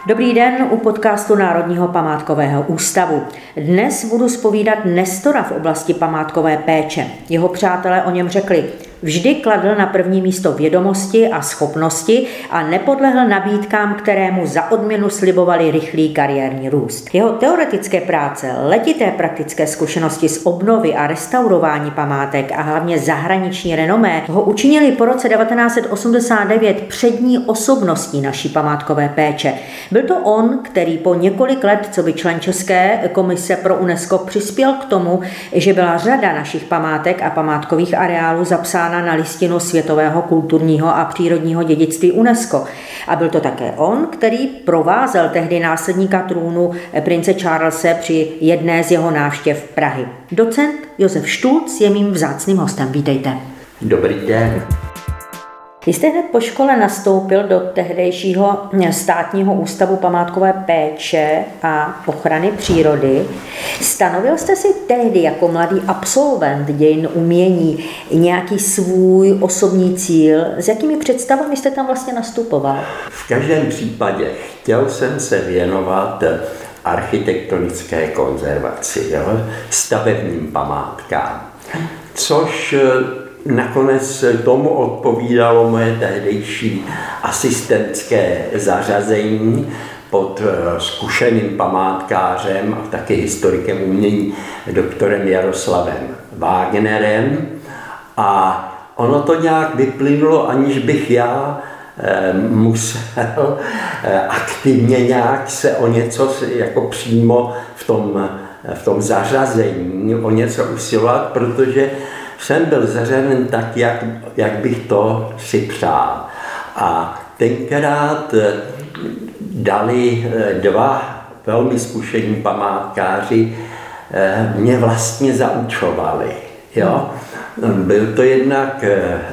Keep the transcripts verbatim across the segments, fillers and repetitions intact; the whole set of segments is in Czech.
Dobrý den u podcastu Národního památkového ústavu. Dnes budu zpovídat Nestora v oblasti památkové péče. Jeho přátelé o něm řekli: vždy kladl na první místo vědomosti a schopnosti a nepodlehl nabídkám, které mu za odměnu slibovali rychlý kariérní růst. Jeho teoretické práce, letité praktické zkušenosti z obnovy a restaurování památek a hlavně zahraniční renomé ho učinili po roce devatenáct set osmdesát devět přední osobností naší památkové péče. Byl to on, který po několik let coby člen České komise pro UNESCO přispěl k tomu, že byla řada našich památek a památkových areálů zapsána na listinu světového kulturního a přírodního dědictví UNESCO. A byl to také on, který provázel tehdy následníka trůnu prince Charlese při jedné z jeho návštěv Prahy. Docent Josef Štulc je mým vzácným hostem. Vítejte. Dobrý den. Vy jste hned po škole nastoupil do tehdejšího státního ústavu památkové péče a ochrany přírody. Stanovil jste si tehdy jako mladý absolvent dějin umění nějaký svůj osobní cíl? S jakými představami jste tam vlastně nastupoval? V každém případě chtěl jsem se věnovat architektonické konzervaci, jo? stavebním památkám, což nakonec tomu odpovídalo moje tehdejší asistentské zařazení pod zkušeným památkářem a taky historikem umění doktorem Jaroslavem Wagnerem. A ono to nějak vyplynulo, aniž bych já musel aktivně nějak se o něco jako přímo v tom, v tom zařazení o něco usilovat, protože jsem byl zařazen tak, jak, jak bych to si přál. A tenkrát dali dva velmi zkušení památkáři, mě vlastně zaučovali. Jo? Byl to jednak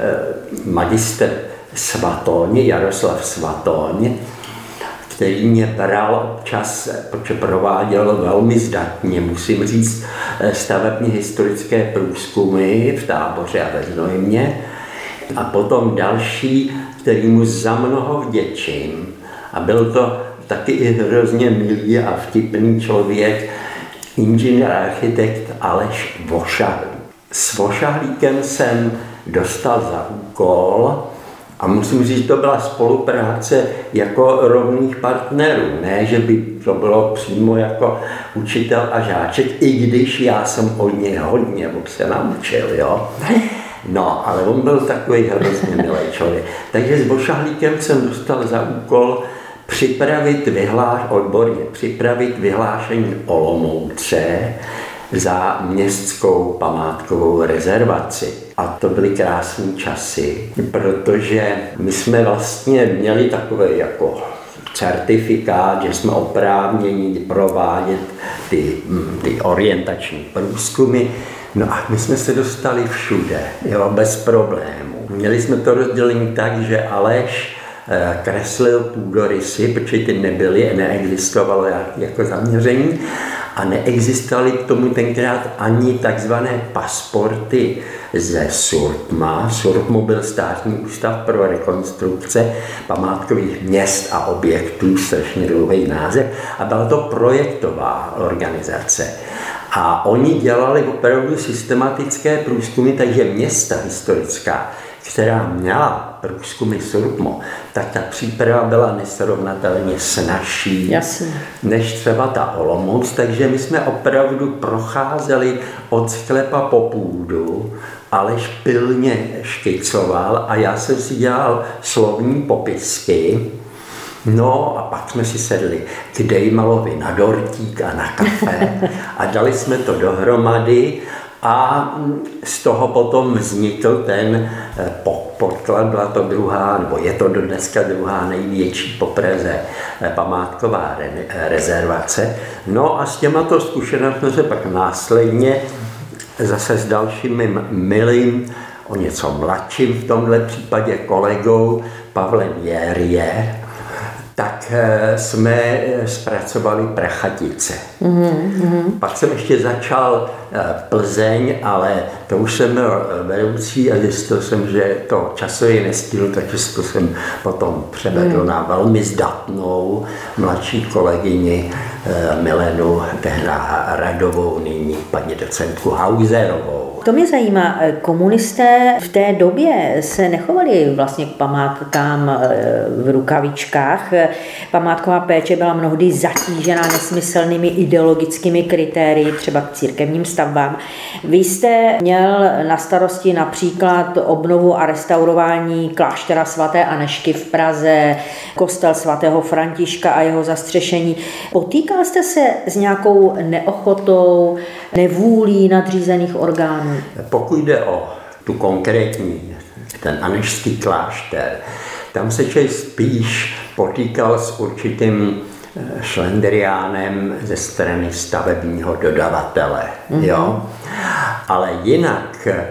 magistr Svatoň, Jaroslav Svatoň, který mě bral občas, protože prováděl velmi zdatně, musím říct, stavebně historické průzkumy v Táboře a ve Znojmě. A potom další, který mu za mnoho vděčím. A byl to taky i hrozně milý a vtipný člověk, inženýr architekt Aleš Vošahlík. S Vošahlíkem jsem dostal za úkol, a musím říct, že to byla spolupráce jako rovných partnerů, ne, že by to bylo přímo jako učitel a žáček, i když já jsem od něj hodně se naučil, jo. No, ale on byl takový hrozně milý člověk. Takže s Vošahlíkem jsem dostal za úkol připravit vyhláš, odborně připravit vyhlášení Olomouce za městskou památkovou rezervaci. A to byly krásné časy, protože my jsme vlastně měli takový jako certifikát, že jsme oprávněni provádět ty, ty orientační průzkumy. No a my jsme se dostali všude, jo, bez problémů. Měli jsme to rozdělení tak, že Aleš kreslil půdorysy, protože ty nebyly, neexistovalo jako zaměření a neexistovaly k tomu tenkrát ani takzvané pasporty ze SURPMA. SURPMA byl státní ústav pro rekonstrukce památkových měst a objektů, strašně dlouhý název, a byla to projektová organizace. A oni dělali opravdu systematické průzkumy, takže města historická, která měla průzkumy SURPMA, tak ta příprava byla nesrovnatelně snazší Jasně. než třeba ta Olomouc, takže my jsme opravdu procházeli od sklepa po půdu, Aleš pilně škicoval a já jsem si dělal slovní popisky. No a pak jsme si sedli k Dejmalovi na dortík a na kafe a dali jsme to dohromady. A z toho potom vznikl ten podklad, byla to druhá, nebo je to do dneska druhá největší po Praze památková rezervace. No a s těmato zkušenostmi se pak následně zase s dalším mým milým, o něco mladším v tomhle případě kolegou Pavlem Jérje, tak jsme zpracovali Prachatice. Mm-hmm. Pak jsem ještě začal Plzeň, ale to už jsem byl vedoucí a zjistil jsem, že to časově nestihl, takže to jsem potom převedl mm. na velmi zdatnou mladší kolegyni Milenu, tehna Radovou, nyní paní docentku Hauserovou. To mě zajímá, komunisté v té době se nechovali vlastně k památkám v rukavičkách. Památková péče byla mnohdy zatížena nesmyslnými ideologickými kritérii, třeba k církevním stavbám. Vy jste měl na starosti například obnovu a restaurování kláštera svaté Anežky v Praze, kostel svatého Františka a jeho zastřešení. Potýkal jste se s nějakou neochotou, nevůlí nadřízených orgánů? Pokud jde o tu konkrétní, ten anežský klášter, tam se člověk spíš potýkal s určitým šlendriánem ze strany stavebního dodavatele. Mm-hmm. Jo? Ale jinak e,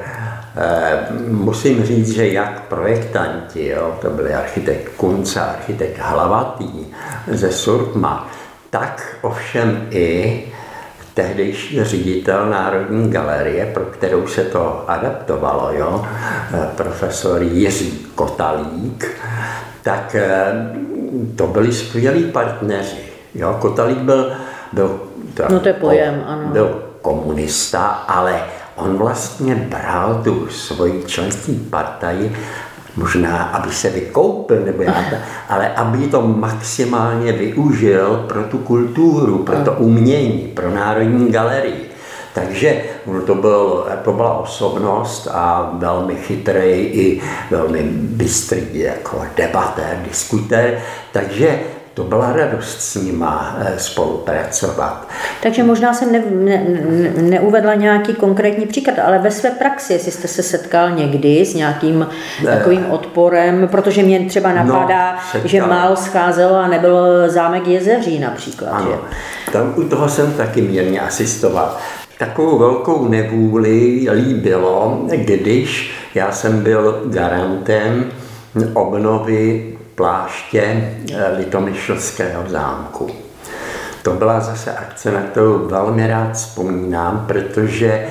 musím říct, že jak projektanti, jo, to byli architekt Kunca, architekt Hlavatý ze Surkma, tak ovšem i tehdejší ředitel Národní galerie, pro kterou se to adaptovalo, jo, profesor Jiří Kotalík, tak to byli skvělí partneři. Jo. Kotalík byl, byl, no to je pojem, ano. byl komunista, ale on vlastně bral tu svoji členství partaji možná, aby se vykoupil, nebo já, ale aby to maximálně využil pro tu kulturu, pro to umění, pro Národní galerii. Takže to, byl, to byla osobnost a velmi chytrý i velmi bystrý jako debatér, diskutér, takže to byla radost s nima spolupracovat. Takže možná jsem ne, ne, neuvedla nějaký konkrétní příklad, ale ve své praxi, jestli jste se setkal někdy s nějakým ne. takovým odporem, protože mě třeba napadá, no, že málo scházelo a nebyl zámek Jezeří například. Ano, že? Tam u toho jsem taky mírně asistoval. Takovou velkou nevůli líbilo, když já jsem byl garantem obnovy pláště Litomyšlského zámku. To byla zase akce, na kterou velmi rád vzpomínám, protože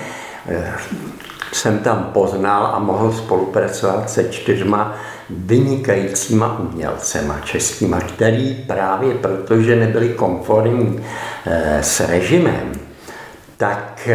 jsem tam poznal a mohl spolupracovat se čtyřma vynikajícíma umělcema českýma, který právě protože nebyli konformní s režimem, tak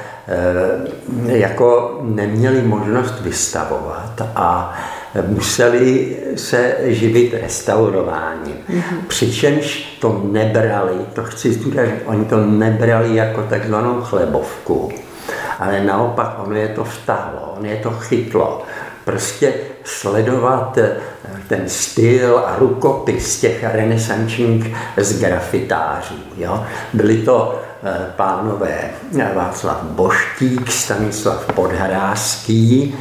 jako neměli možnost vystavovat a museli se živit restaurováním. Mm-hmm. Přičemž to nebrali, to chci zdůraznit, oni to nebrali jako takzvanou chlebovku, ale naopak ono je to vtáhlo, ono je to chytlo. Prostě sledovat ten styl a rukopis těch renesančních zgrafitářů. Jo? Byli to pánové Václav Boštík, Stanislav Podhrázký,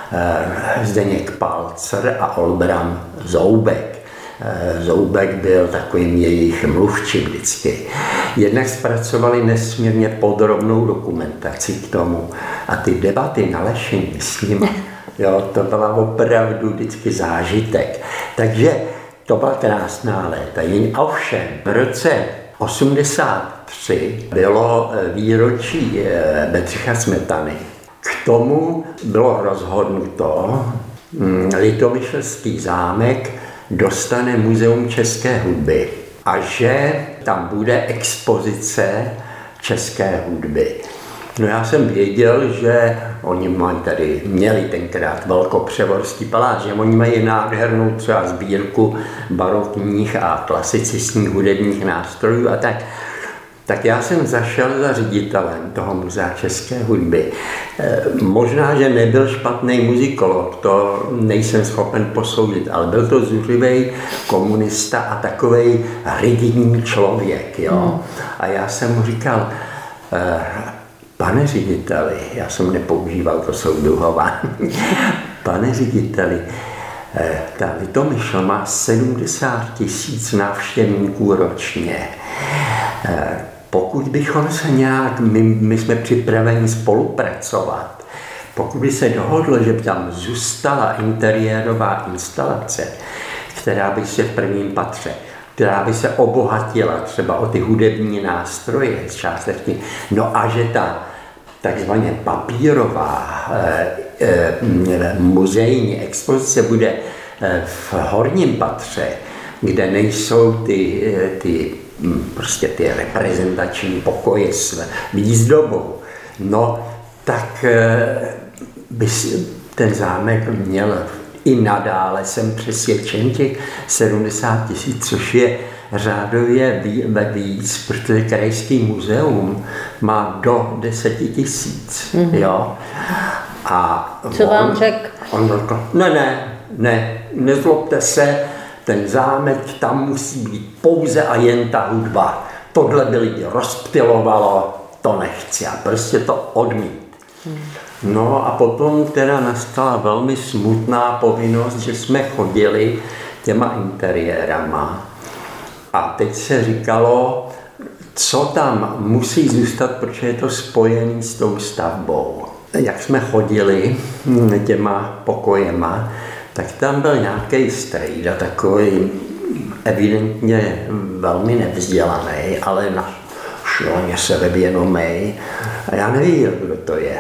Zdeněk Palcer a Olbram Zoubek. Zoubek byl takovým jejich mluvčím vždycky. Jednak zpracovali nesmírně podrobnou dokumentaci k tomu a ty debaty na Lešení s nimi, jo, to byla opravdu vždycky zážitek. Takže to byla krásná léta. Jen ovšem v roce osmdesát tři bylo výročí Bedřicha Smetany. K tomu bylo rozhodnuto, Litomyšlský zámek dostane Muzeum české hudby a že tam bude expozice české hudby. No já jsem věděl, že oni mají tady, měli tenkrát Velkopřevorský palác, že oni mají nádhernou třeba sbírku barokních a klasicistních hudebních nástrojů a tak. Tak já jsem zašel za ředitelem toho Muzea české hudby. E, možná, že nebyl špatný muzikolog, to nejsem schopen posoudit, ale byl to zuřivý komunista a takovej rigidní člověk. Jo? A já jsem mu říkal, e, pane řediteli, já jsem nepoužíval to souduhování, pane řediteli, e, ta Litomyšl má sedmdesát tisíc návštěvníků ročně. E, Pokud bychom se nějak, my, my jsme připraveni spolupracovat, pokud by se dohodlo, že by tam zůstala interiérová instalace, která by se v prvním patře která by se obohatila třeba o ty hudební nástroje částečně. No a že ta takzvaně papírová eh, eh, muzejní expozice bude eh, v horním patře, kde nejsou ty, ty, prostě ty reprezentační pokoje s výzdobou, no tak eh, by ten zámek měl i nadále, jsem přesvědčen, těch sedmdesát tisíc, což je řádově víc, protože Krajský muzeum má do deseti tisíc. Mm-hmm. Jo? A co on, vám řekl? On řekl, ne, ne, ne, nezlobte se, ten zámek, tam musí být pouze a jen ta hudba. Tohle by lidi rozptylovalo, to nechci a prostě to odmít. Mm. No a potom teda nastala velmi smutná povinnost, že jsme chodili těma interiérama a teď se říkalo, co tam musí zůstat, protože je to spojený s tou stavbou. Jak jsme chodili těma pokojema, tak tam byl nějaký strejda, takový evidentně velmi nevzdělaný, ale na šloně sebevědomý. A já nevěděl, kdo to je.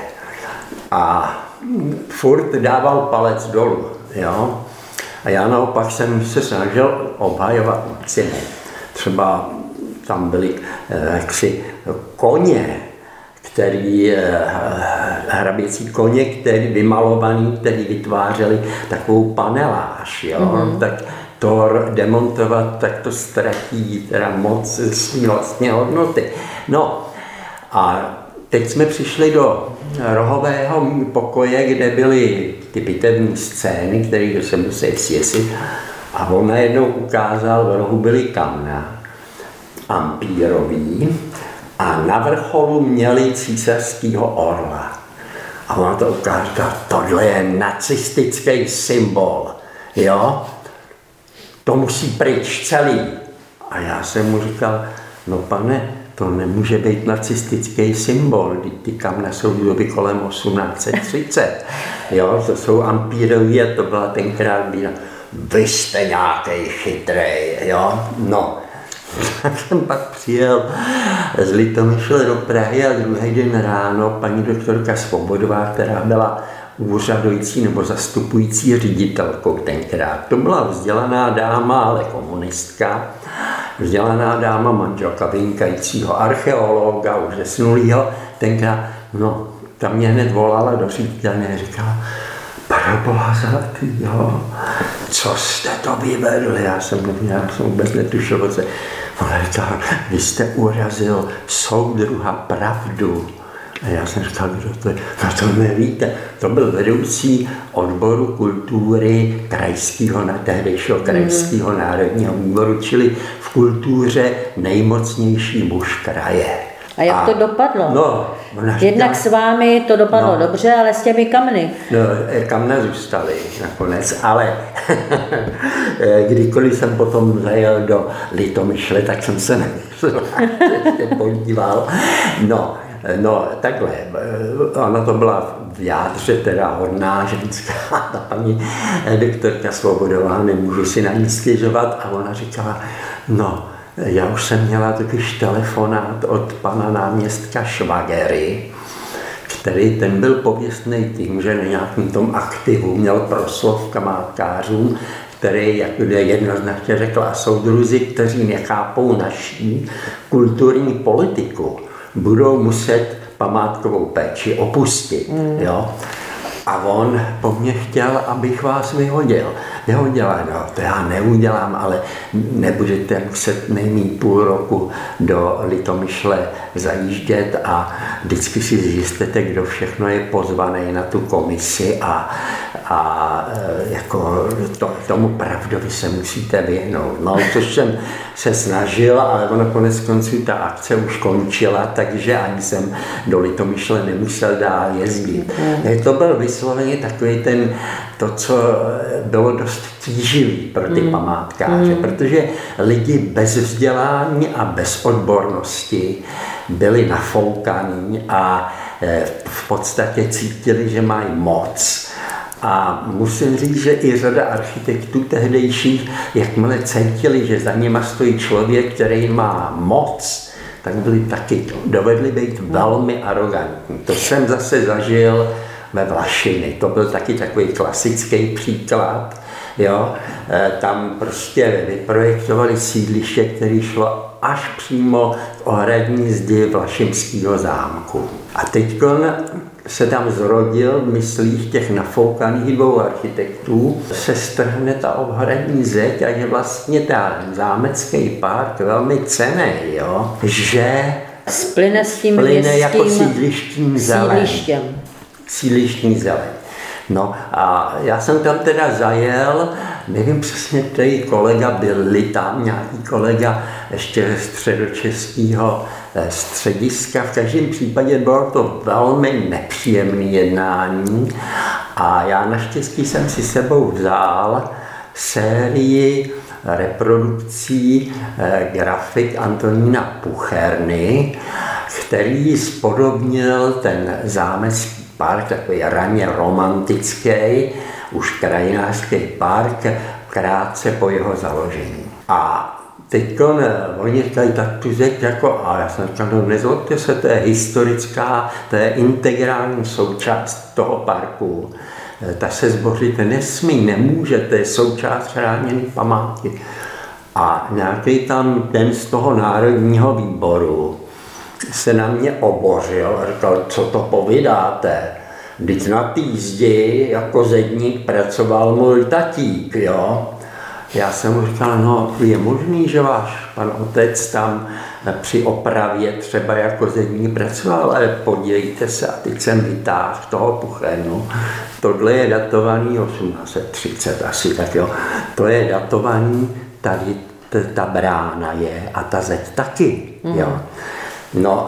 A furt dával palec dolů, jo. A já naopak jsem se snažil obhajovat ceny. Třeba tam byly eh, jaksi koně, který, eh, hraběcí koně, který vymalovaný, který vytvářeli takovou paneláž, jo. Mm-hmm. Tak to demontovat, tak to ztratí teda moc svý vlastně hodnoty. No a teď jsme přišli do rohového pokoje, kde byly ty bitevní scény, které se museli sjesit. A on najednou ukázal, v rohu byly kamna, ampírový, a na vrcholu měli císařského orla. A on to ukázal, tohle je nacistický symbol, jo? To musí pryč celý. A já jsem mu říkal, no pane, to nemůže být nacistický symbol, ty kamna jsou v době kolem osmnáct set třicet. Jo, to jsou ampírový a to byla tenkrát bíra. Vy jste nějaký chytrej, jo, no. Tak jsem pak přijel z Litomyšle do Prahy a druhý den ráno paní doktorka Svobodová, která byla úřadující nebo zastupující ředitelkou tenkrát. To byla vzdělaná dáma, ale komunistka. Vzdělaná dáma, manželka vynikajícího archeologa, už zesnulýho, tenkrát, no, ta mě hned volala do ředitelny a říkala, Proboha zlatý, jo, co jste to vyvedli? Já jsem, já jsem vůbec netušil, co. Ona říkala, vy jste urazil soudruha Pravdu. A já jsem říkal, kdo to je? No to nevíte, to byl vedoucí odboru kultury krajského, na tehdejšího krajského národního výboru, čili v kultuře nejmocnější muž kraje. A jak a, to dopadlo? No, jednak s vámi to dopadlo no, dobře, ale s těmi kamny. No, kamna zůstaly nakonec, ale kdykoliv jsem potom zajel do Litomyšle, tak jsem se podíval. No, No takhle, ona to byla v jádře teda hodná ženská, ta paní doktorka Svobodová, nemůžu si na ní stěžovat, a ona říkala, no, já už jsem měla totiž telefonát od pana náměstka Švagery, který ten byl pověstný tím, že na nějakém tom aktivu měl proslov památkářům, který, jak jednoznačně řekl, a soudruzi, kteří nechápou naší kulturní politiku, budou muset památkovou péči opustit. Mm. Jo? A on po mně chtěl, abych vás vyhodil. Vyhodila, no, to já neudělám, ale nebudete muset nejmít půl roku do Litomyšle zajíždět a vždycky si zjistíte, kdo všechno je pozvaný na tu komisi a, a jako to, tomu Pravdovi se musíte vyhnout. No, což jsem se snažil, ale ono konec konců ta akce už končila, takže ani jsem do Litomyšle nemusel dál jezdit. Mm. To byl vysloveně takový ten, to, co bylo dost tíživý pro ty mm. památkáře, mm. protože lidi bez vzdělání a bez odbornosti byli nafoukaní a v podstatě cítili, že mají moc. A musím říct, že i řada architektů tehdejších, jakmile cítili, že za nima stojí člověk, který má moc, tak byli taky, dovedli být velmi arrogantní. To jsem zase zažil ve Vlašimi. To byl taky takový klasický příklad. Jo? Tam prostě vyprojektovali sídliště, které šlo až přímo k ohradní zdi Vlašimského zámku. A teď se tam zrodil v myslích těch nafoukaných dvou architektů, se strhne ta ohradní zeď a je vlastně ten zámecký park velmi cenný, jo? Že splyne s tím plyne jako sídlištím zeleň. Sídlištěm. Sídlištní zeleň. No a já jsem tam teda zajel, nevím přesně, který kolega byl tam, nějaký kolega ještě ze středočeského střediska. V každém případě bylo to velmi nepříjemné jednání a já naštěstí jsem si sebou vzal sérii reprodukcí grafik Antonína Pucherny, který spodobnil ten zámecký park, takový raně romantický, už krajinářský park, krátce po jeho založení. A teď oni říkají, tak tu zeď jako, a já jsem říkal, no nezlobte se, to je historická, to je integrální součást toho parku. Ta se zbořit nesmí, nemůže, to je součást chráněné památky. A nějaký tam ten z toho národního výboru se na mě obořil a říkal, co to povídáte? Vždyť na té zdi jako zedník pracoval můj tatík, jo? Já jsem mu říkal, no je možný, že váš pan otec tam při opravě třeba jako zedník pracoval, ale podívejte se, a teď jsem vytáhl toho Puchernu. Tohle je datovaný osmnáct set třicet asi, tak jo. To je datovaný, tady ta brána je a ta zeď taky, jo. No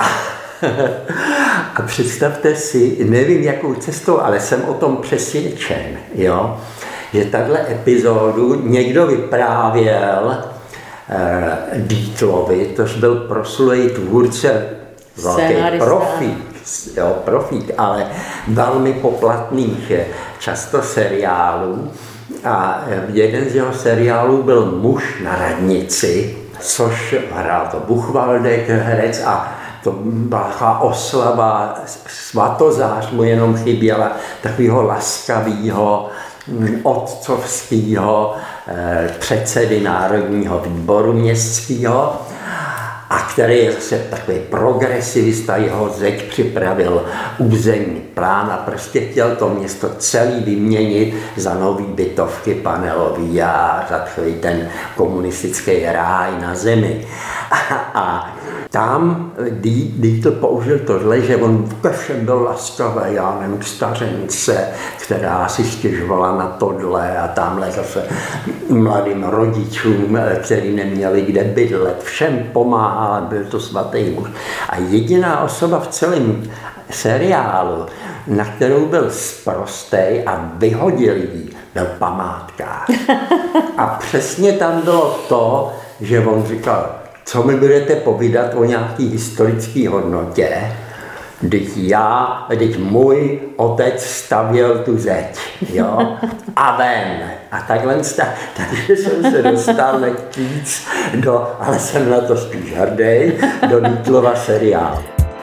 a představte si, nevím jakou cestou, ale jsem o tom přesvědčen, jo, že tahle epizodu někdo vyprávěl eh, Dietlovi, tož byl proslulý tvůrce, velký profík, jo, profík, ale velmi poplatných často seriálů. A jeden z jeho seriálů byl Muž na radnici, což hrál to Buchwaldek, herec, a to byla oslava, svatozář mu jenom chyběla, takového laskavého, otcovského předsedy Národního výboru městského, a který je zase takový progresivista, jeho zeď připravil územní plán a prostě chtěl to město celý vyměnit za nový bytovky panelový a za takový ten komunistický ráj na zemi. A, a tam Dietl použil tohle, že on ke všem byl laskavý, já nevím, k stařence, která si stěžovala na tohle a tamhle zase mladým rodičům, kteří neměli kde bydlet, všem pomáhal, byl to svatý muž. A jediná osoba v celém seriálu, na kterou byl sprostej a vyhodil ji, byl památkář. A přesně tam bylo to, že on říkal, co mi budete povídat o nějaký historické hodnotě, když já, když můj otec stavěl tu zeď, jo, a ven. A takhle, takže jsem se dostal víc do, ale jsem na to spíš hrdý, do Dietlova seriálu.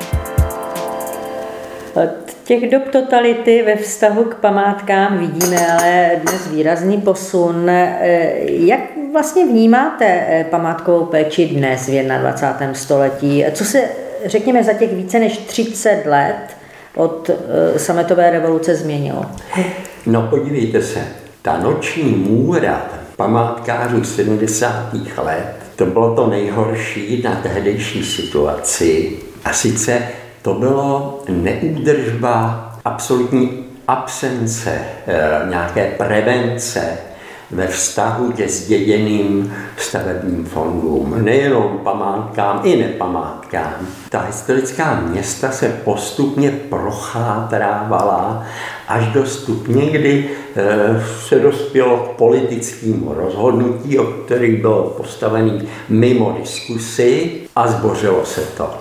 Od těch dob totality ve vztahu k památkám vidíme ale dnes výrazný posun. Jak vlastně vnímáte památkovou péči dnes v dvacátém prvním století? Co se, řekněme, za těch více než třicet let od sametové revoluce změnilo? No podívejte se, ta noční můra památkářů sedmdesátých let, to bylo to nejhorší na tehdejší situaci. A sice to bylo neúdržba, absolutní absence e, nějaké prevence ve vztahu ke zděděným stavebním fondům, nejenom památkám, i nepamátkám. Ta historická města se postupně prochátrávala až do stupně, kdy e, se dospělo k politickému rozhodnutí, o kterých bylo postavený mimo diskusi, a zbořilo se to.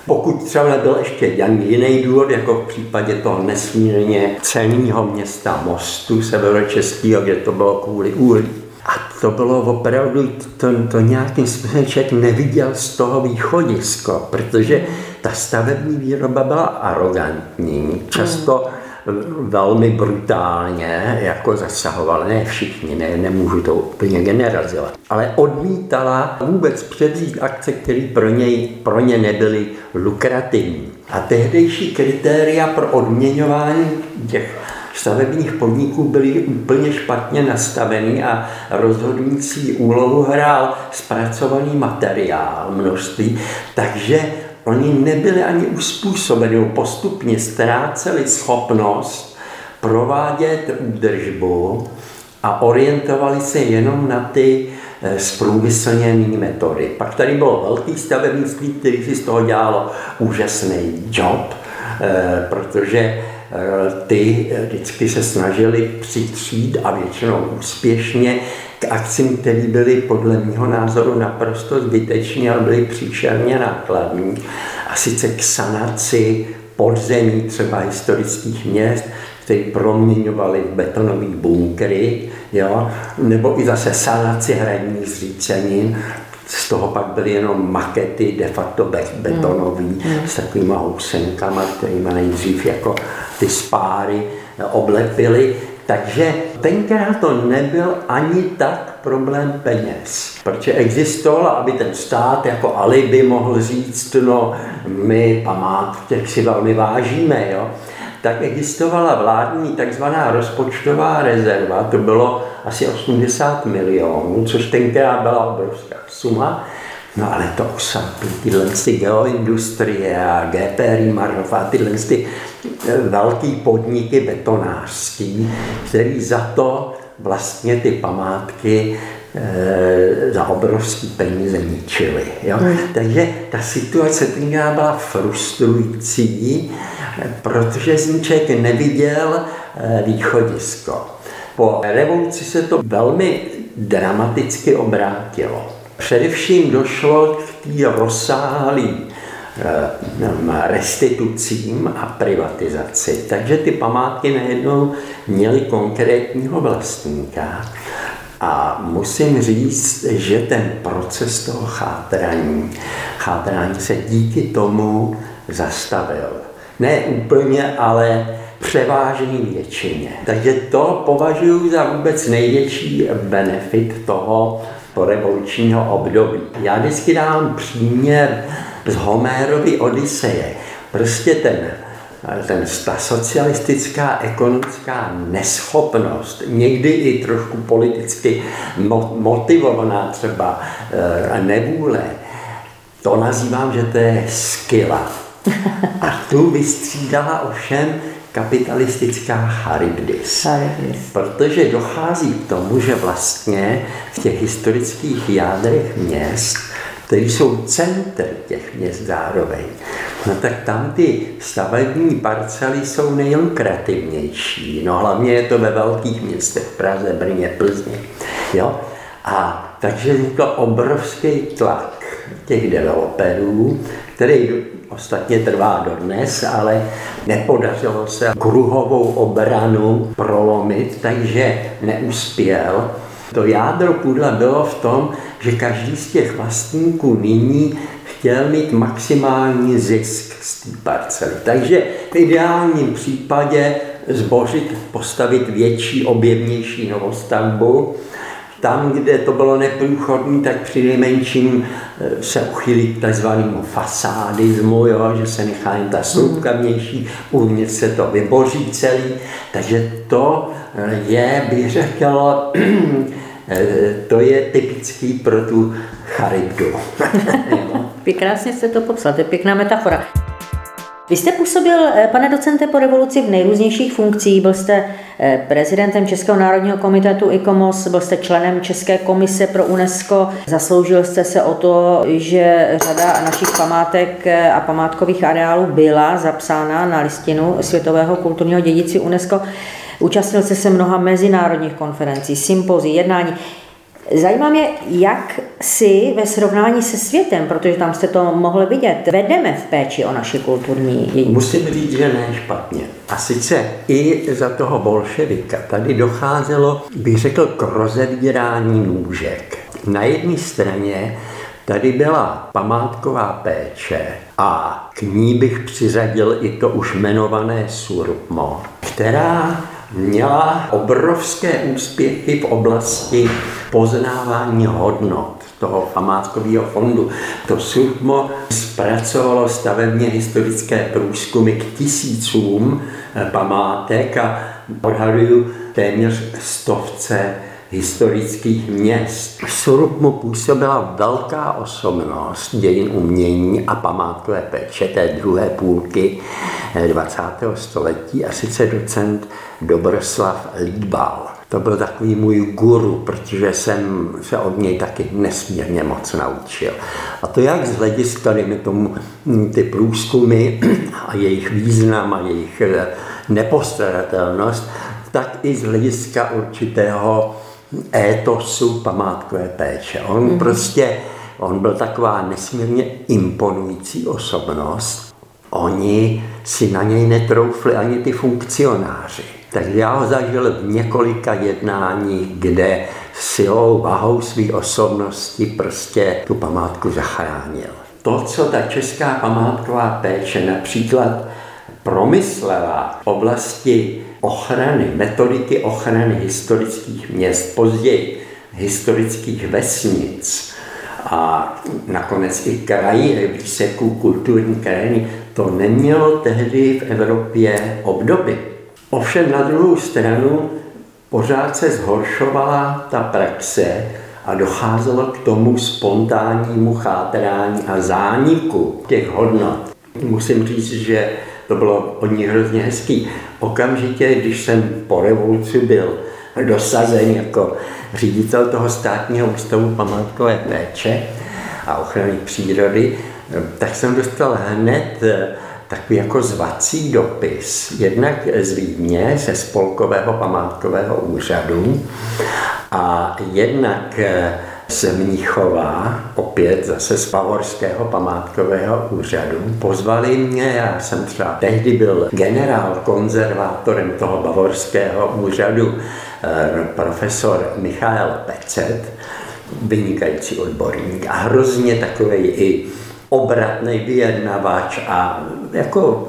Pokud třeba nebyl ještě jiný důvod, jako v případě toho nesmírně cenného města Mostu severočeského, kde to bylo kvůli uhlí. A to bylo opravdu, to, to nějakým způsobem člověk neviděl z toho východisko, protože ta stavební výroba byla arrogantní, často velmi brutálně jako zasahovala, ne všichni, ne, nemůžu to úplně generalizovat, ale odmítala vůbec převzít akce, které pro, něj, pro ně nebyly lukrativní. A tehdejší kritéria pro odměňování těch stavebních podniků byly úplně špatně nastavený a rozhodující úlohu hrál zpracovaný materiál, množství, takže oni nebyli ani uspůsobeni, postupně ztráceli schopnost provádět údržbu a orientovali se jenom na ty zprůmyslněné metody. Pak tady bylo velký stavebnictví, který si z toho dělalo úžasný job, protože ty vždycky se snažili přitřít a většinou úspěšně k akcím, které byly podle mého názoru naprosto zbytečné, ale byly příšerně nákladní. A sice k sanaci podzemí třeba historických měst, které proměňovaly v betonové bunkry, jo? Nebo i zase sanaci hradních zřícenin. Z toho pak byly jenom makety de facto betonový mm. s takovýma housenkama, kterýma nejdřív jako ty spáry oblepily. Takže tenkrát to nebyl ani tak problém peněz, protože existovalo, aby ten stát jako alibi mohl říct, no my památky si velmi vážíme, jo? Tak existovala vládní takzvaná rozpočtová rezerva, to bylo asi osmdesát milionů, což tenkrát byla obrovská suma. No ale to osamplí tyhle ty Geoindustrie a G P Riemerhoff a tyhle ty velký podniky betonářský, který za to vlastně ty památky e, za obrovský peníze ničily. Jo? Mm. Takže ta situace tenkrát byla frustrující, protože z ní člověk neviděl e, východisko. Po revoluci se to velmi dramaticky obrátilo. Především došlo k té rozsáhlé restitucím a privatizaci. Takže ty památky najednou měly konkrétního vlastníka. A musím říct, že ten proces toho chátrání, chátrání se díky tomu zastavil. Ne úplně, ale převážný většině. Takže to považuji za vůbec největší benefit toho porevolučního období. Já vždycky dám příměr z Homérovy Odyseje. Prostě ten, ten, ta socialistická ekonomická neschopnost, někdy i trošku politicky motivovaná třeba nevůle, to nazývám, že to je Skylla. A tu vystřídala ovšem kapitalistická Charybdis. Charybdis. Protože dochází k tomu, že vlastně v těch historických jádrech měst, které jsou centry těch měst zároveň, no tak tam ty stavební parcely jsou nejlukrativnější. No hlavně je to ve velkých městech, Praze, Brně, Plzni. Jo? A takže vznikl obrovský tlak těch developerů, který ostatně trvá dodnes, ale nepodařilo se kruhovou obranu prolomit, takže neuspěl. To jádro pudla bylo v tom, že každý z těch vlastníků nyní chtěl mít maximální zisk z té parcely. Takže v ideálním případě zbořit, postavit větší, objevnější novostavbu. Tam, kde to bylo neprůchodné, tak při nejmenším se uchylí k takzvanému fasádismu, jo, že se nechá jen ta slupka vnější, uvnitř se to vyboří celý. Takže to je, bych řekl, to je typický pro tu Charybdu. Vy krásně jste to popsal, to je pěkná metafora. Vy jste působil, pane docente, po revoluci v nejrůznějších funkcích. Byl jste prezidentem Českého národního komitetu I C O M O S, byl jste členem České komise pro UNESCO. Zasloužil jste se o to, že řada našich památek a památkových areálů byla zapsána na listinu světového kulturního dědictví UNESCO. Účastnil jste se mnoha mezinárodních konferencí, sympozí, jednání. Zajímá mě, jak si ve srovnání se světem, protože tam jste to mohli vidět, vedeme v péči o naši kulturní dědictví. Musím říct, že ne špatně. A sice i za toho bolševika tady docházelo, bych řekl, k rozevírání nůžek. Na jedné straně tady byla památková péče a k ní bych přiřadil i to už jmenované SURPMO, která měla obrovské úspěchy v oblasti poznávání hodnot toho památkového fondu. To SURPMO zpracovalo stavebně historické průzkumy k tisícům památek a odhaduju téměř stovce historických měst. V SURPMu působila velká osobnost dějin umění a památkové péče té druhé půlky dvacátého století, a sice docent Dobroslav Líbal. To byl takový můj guru, protože jsem se od něj taky nesmírně moc naučil. A to jak z hlediska, dejme tomu, ty průzkumy a jejich význam a jejich nepostradatelnost, tak i z hlediska určitého étosu památkové péče. On mm-hmm. prostě, on byl taková nesmírně imponující osobnost. Oni si na něj netroufli ani ty funkcionáři. Takže já ho zažil v několika jednání, kde silou, vahou své osobnosti prostě tu památku zachránil. To, co ta česká památková péče například promyslela v oblasti ochrany, metodiky ochrany historických měst, později historických vesnic a nakonec i kraji, výseků kulturní krajiny, to nemělo tehdy v Evropě obdoby. Ovšem na druhou stranu pořád se zhoršovala ta praxe a docházelo k tomu spontánnímu chátrání a zániku těch hodnot. Musím říct, že to bylo od ní hrozně hezký. Okamžitě, když jsem po revoluci byl dosazen jako ředitel toho státního ústavu památkové péče a ochrany přírody, tak jsem dostal hned takový jako zvací dopis, jednak z Vídně, ze Spolkového památkového úřadu a jednak z Mnichova, opět zase z Bavorského památkového úřadu. Pozvali mě, já jsem třeba tehdy byl generál konzervátorem toho Bavorského úřadu, profesor Michael Pecet, vynikající odborník a hrozně takový i obratný vyjednavač a jako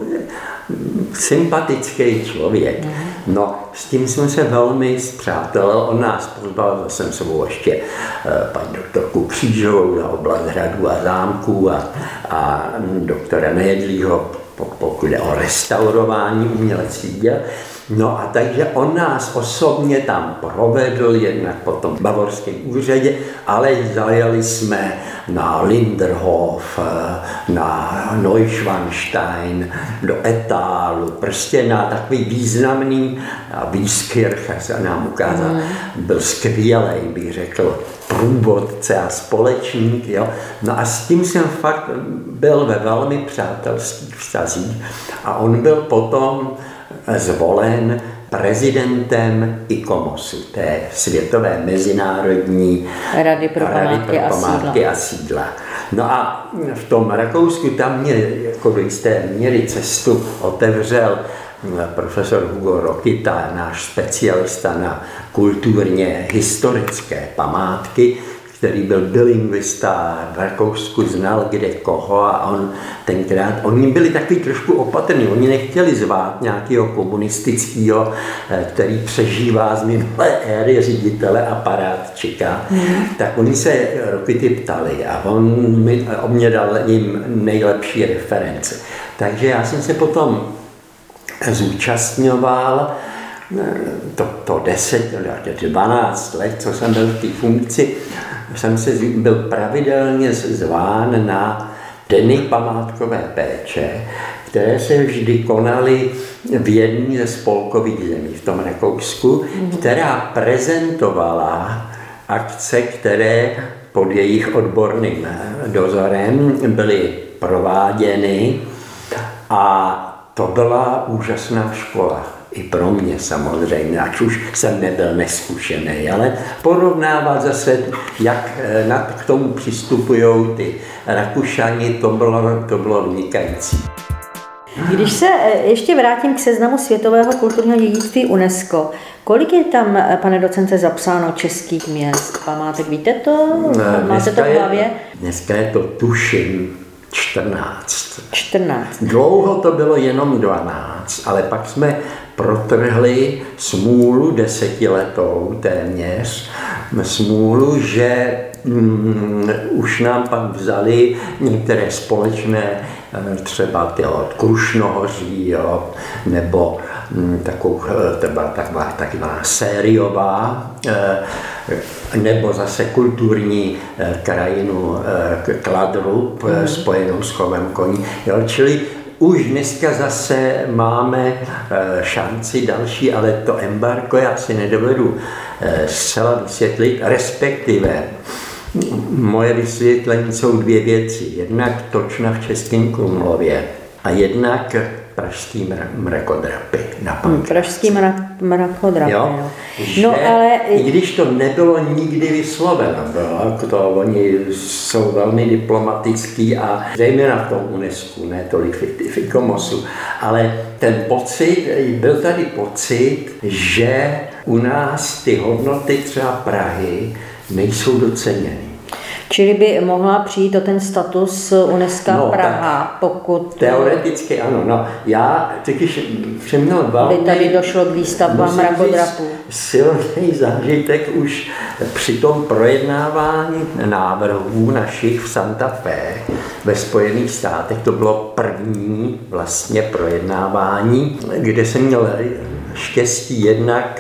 sympatický člověk. No, s tím jsem se velmi spřátelil. On nás pozval, vzal jsem sebou ještě paní doktorku Křížovou za oblast hradů a zámků a, a doktora Nejedlýho, pokud jde o restaurování uměleckých děl. No a takže on nás osobně tam provedl, jednak po tom bavorském úřadě, ale zajeli jsme na Linderhof, na Neuschwanstein, do Etálu, prostě na takový významný, a Wieskirch se nám ukázal, mm. byl skvělej, bych řekl, průvodce a společník. Jo? No a s tím jsem fakt byl ve velmi přátelských vztazích a on byl potom zvolen prezidentem ICOMOSu, té Světové mezinárodní Rady pro památky, Rady pro památky a, a sídla. No a v tom Rakousku tam mě jako do jisté míry cestu otevřel profesor Hugo Rokita, náš specialista na kulturně historické památky, který byl bilingvista, v Rakousku znal kde koho a on tenkrát, oni byli takový trošku opatrní, oni nechtěli zvát nějakého komunistického, který přežívá z minulé éry ředitele aparátčika, mm. tak oni se Rokity ptali a on, mi, on mě dal jim nejlepší reference. Takže já jsem se potom zúčastňoval to, to deset, dvanáct let, co jsem byl v té funkci, jsem se byl pravidelně zván na dny památkové péče, které se vždy konaly v jedné ze spolkových zemí v tom Rakousku, která prezentovala akce, které pod jejich odborným dozorem byly prováděny a to byla úžasná škola. i pro mě samozřejmě, ať už jsem nebyl neskušený, ale porovnávat zase, jak k tomu přistupují ty Rakušani, to bylo, to bylo vynikající. Když se ještě vrátím k seznamu světového kulturního dědictví UNESCO, kolik je tam, pane docente, zapsáno českých měst, památek? Víte to? Máte to v hlavě? Je, dneska je to tuším čtrnáct. čtrnáct. Dlouho to bylo jenom dvanáct, ale pak jsme protrhli smůlu desetiletou téměř, smůlu, že mm, už nám pak vzali některé společné, třeba ty od Krušnohoří, jo, nebo mm, takovou, třeba, taková, taková sériová, nebo zase kulturní krajinu Kladrub, mm. spojenou s chovem koní. Jo, čili už dneska zase máme šanci další, ale to embargo já si nedovedu zcela vysvětlit, respektive moje vysvětlení jsou dvě věci. Jednak točna v Českém Krumlově a jednak pražský mrakodrapy na Pankráci. Pražský mrakodrapy, jo. No, ale i když to nebylo nikdy vysloveno, bylo, to oni jsou velmi diplomatický a zejména v tom UNESCO, ne tolik v ICOMOSu, ale ten pocit, byl tady pocit, že u nás ty hodnoty třeba Prahy nejsou doceněny. Čili by mohla přijít o ten status UNESCO no, Praha, pokud... Teoreticky ano, no já totiž jsem měl velmi... By tady došlo k výstavbám mrakodrapů. Silný zážitek už při tom projednávání návrhů našich v Santa Fe ve Spojených státech, to bylo první vlastně projednávání, kde jsem měl štěstí jednak,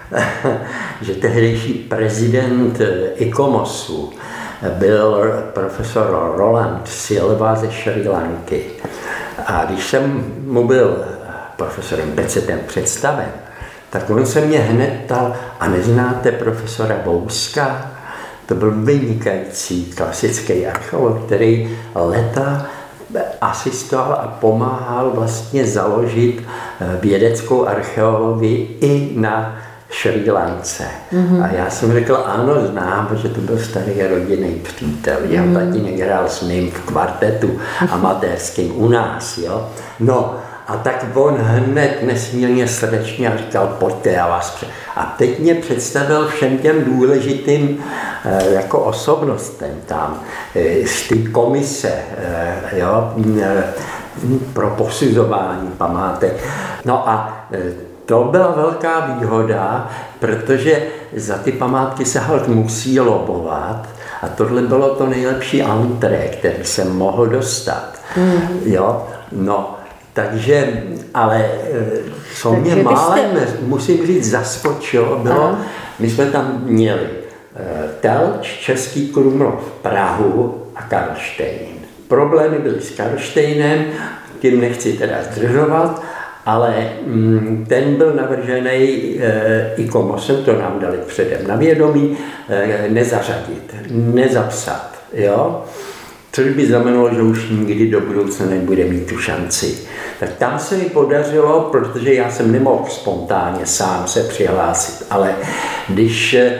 že tehdejší prezident ICOMOSu byl profesor Roland Silva ze Srí Lanky. A když jsem mu byl profesorem Pecetem představen, tak on se mě hned ptal, a neznáte profesora Bouska? To byl vynikající klasický archeolog, který leta asistoval a pomáhal vlastně založit vědeckou archeologii i na Srí Lance. Mm-hmm. A já jsem řekl, ano, znám, že to byl starý rodinný přítel. Mm-hmm. Jeho tatínek hrál s ním v kvartetu amatérským u nás. Jo? No, a tak on hned nesmírně srdečně říkal, pojďte, já vás před... A teď mě představil všem těm důležitým eh, jako osobnostem tam, eh, z té komise, eh, jo, eh, pro posuzování památek. No a eh, to byla velká výhoda, protože za ty památky se halt musí lobovat a tohle bylo to nejlepší entrée, který jsem mohl dostat. Mm. Jo, no, takže, ale co takže mě málem, byste... musím říct, zaskočilo, bylo, aha, my jsme tam měli Telč, Český Krumlov, Prahu a Karlštejn. Problémy byly s Karlštejnem, tím nechci teda zdržovat, ale mm, ten byl navržený e, ICOMOSem, to nám dali předem na vědomí, e, nezařadit, nezapsat, jo? Což by znamenalo, že už nikdy do budoucna nebude mít tu šanci. Tak tam se mi podařilo, protože já jsem nemohl spontánně sám se přihlásit, ale když, e,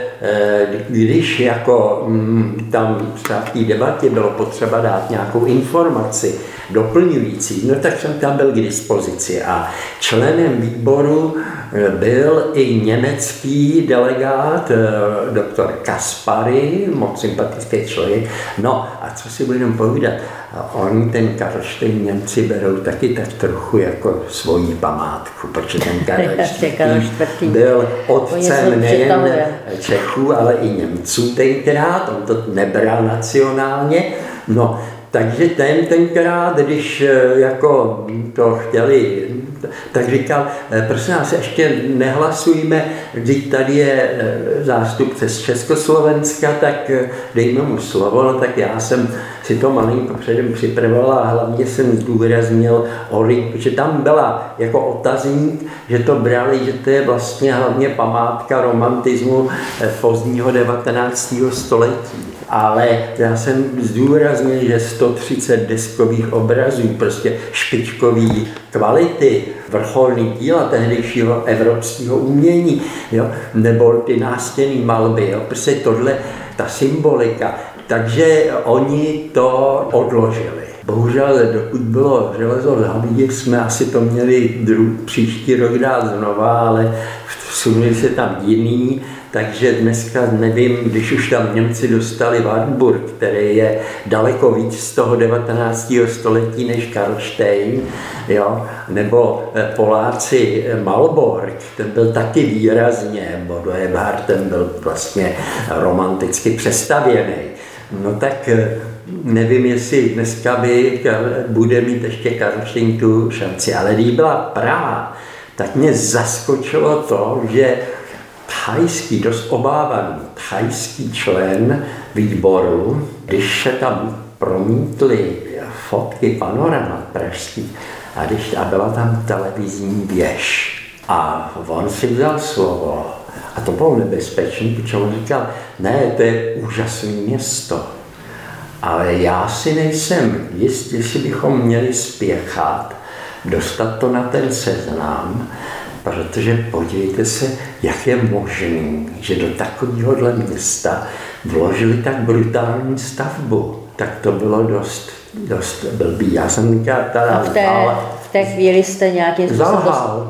když jako mm, tam v té debatě bylo potřeba dát nějakou informaci doplňující, no tak jsem tam byl k dispozici a členem výboru byl i německý delegát, doktor Kaspary, moc sympatický člověk. No a co si budeme povídat, oni ten Karlštejn Němci berou taky tak trochu jako svoji památku, protože ten Karlštejn byl otcem nejen Čechů, ale i Němců tenkrát, on to nebral nacionálně. No, takže ten tenkrát, když jako to chtěli, tak říkal, prosím nás, ještě nehlasujme, když tady je zástupce z Československa, tak dejme mu slovo, no tak já jsem si to malinko předem připravoval a hlavně jsem zdůraznil, že tam byla jako otazník, že to brali, že to je vlastně hlavně památka romantismu pozdního devatenáctého století. Ale já jsem zdůraznil, že sto třicet deskových obrazů, prostě špičkový kvality, vrcholný díla tehdejšího evropského umění, jo, nebo ty nástěnné malby, jo, prostě tohle, ta symbolika. Takže oni to odložili. Bohužel, dokud bylo železo v Havířích, jsme asi to měli dru, příští rok dát znova, ale vsunuli se tam jiný, takže dneska nevím, když už tam Němci dostali Wartburg, který je daleko víc z toho devatenáctého století než Karlštejn, jo, nebo Poláci Malbork, ten byl taky výrazně, Bodo Ebhardt, ten byl vlastně romanticky přestavěný. No tak nevím, jestli dneska by bude mít ještě Karlštejn tu šanci, ale když byla Praha, tak mě zaskočilo to, že thajský, dost obávaný thajský člen výboru, když se tam promítly fotky panoramat pražský, a, když, a byla tam televizní věž. A on si vzal slovo, a to bylo nebezpečné, protože on říkal, ne, to je úžasné město, ale já si nejsem jist, jestli bychom měli spěchat, dostat to na ten seznam, protože podívejte se, jak je možný, že do takovéhohle města vložili tak brutální stavbu. Tak to bylo dost, dost blbý. Já jsem říkal, teda v té, v té chvíli jste nějakým způsobem... Zalhal.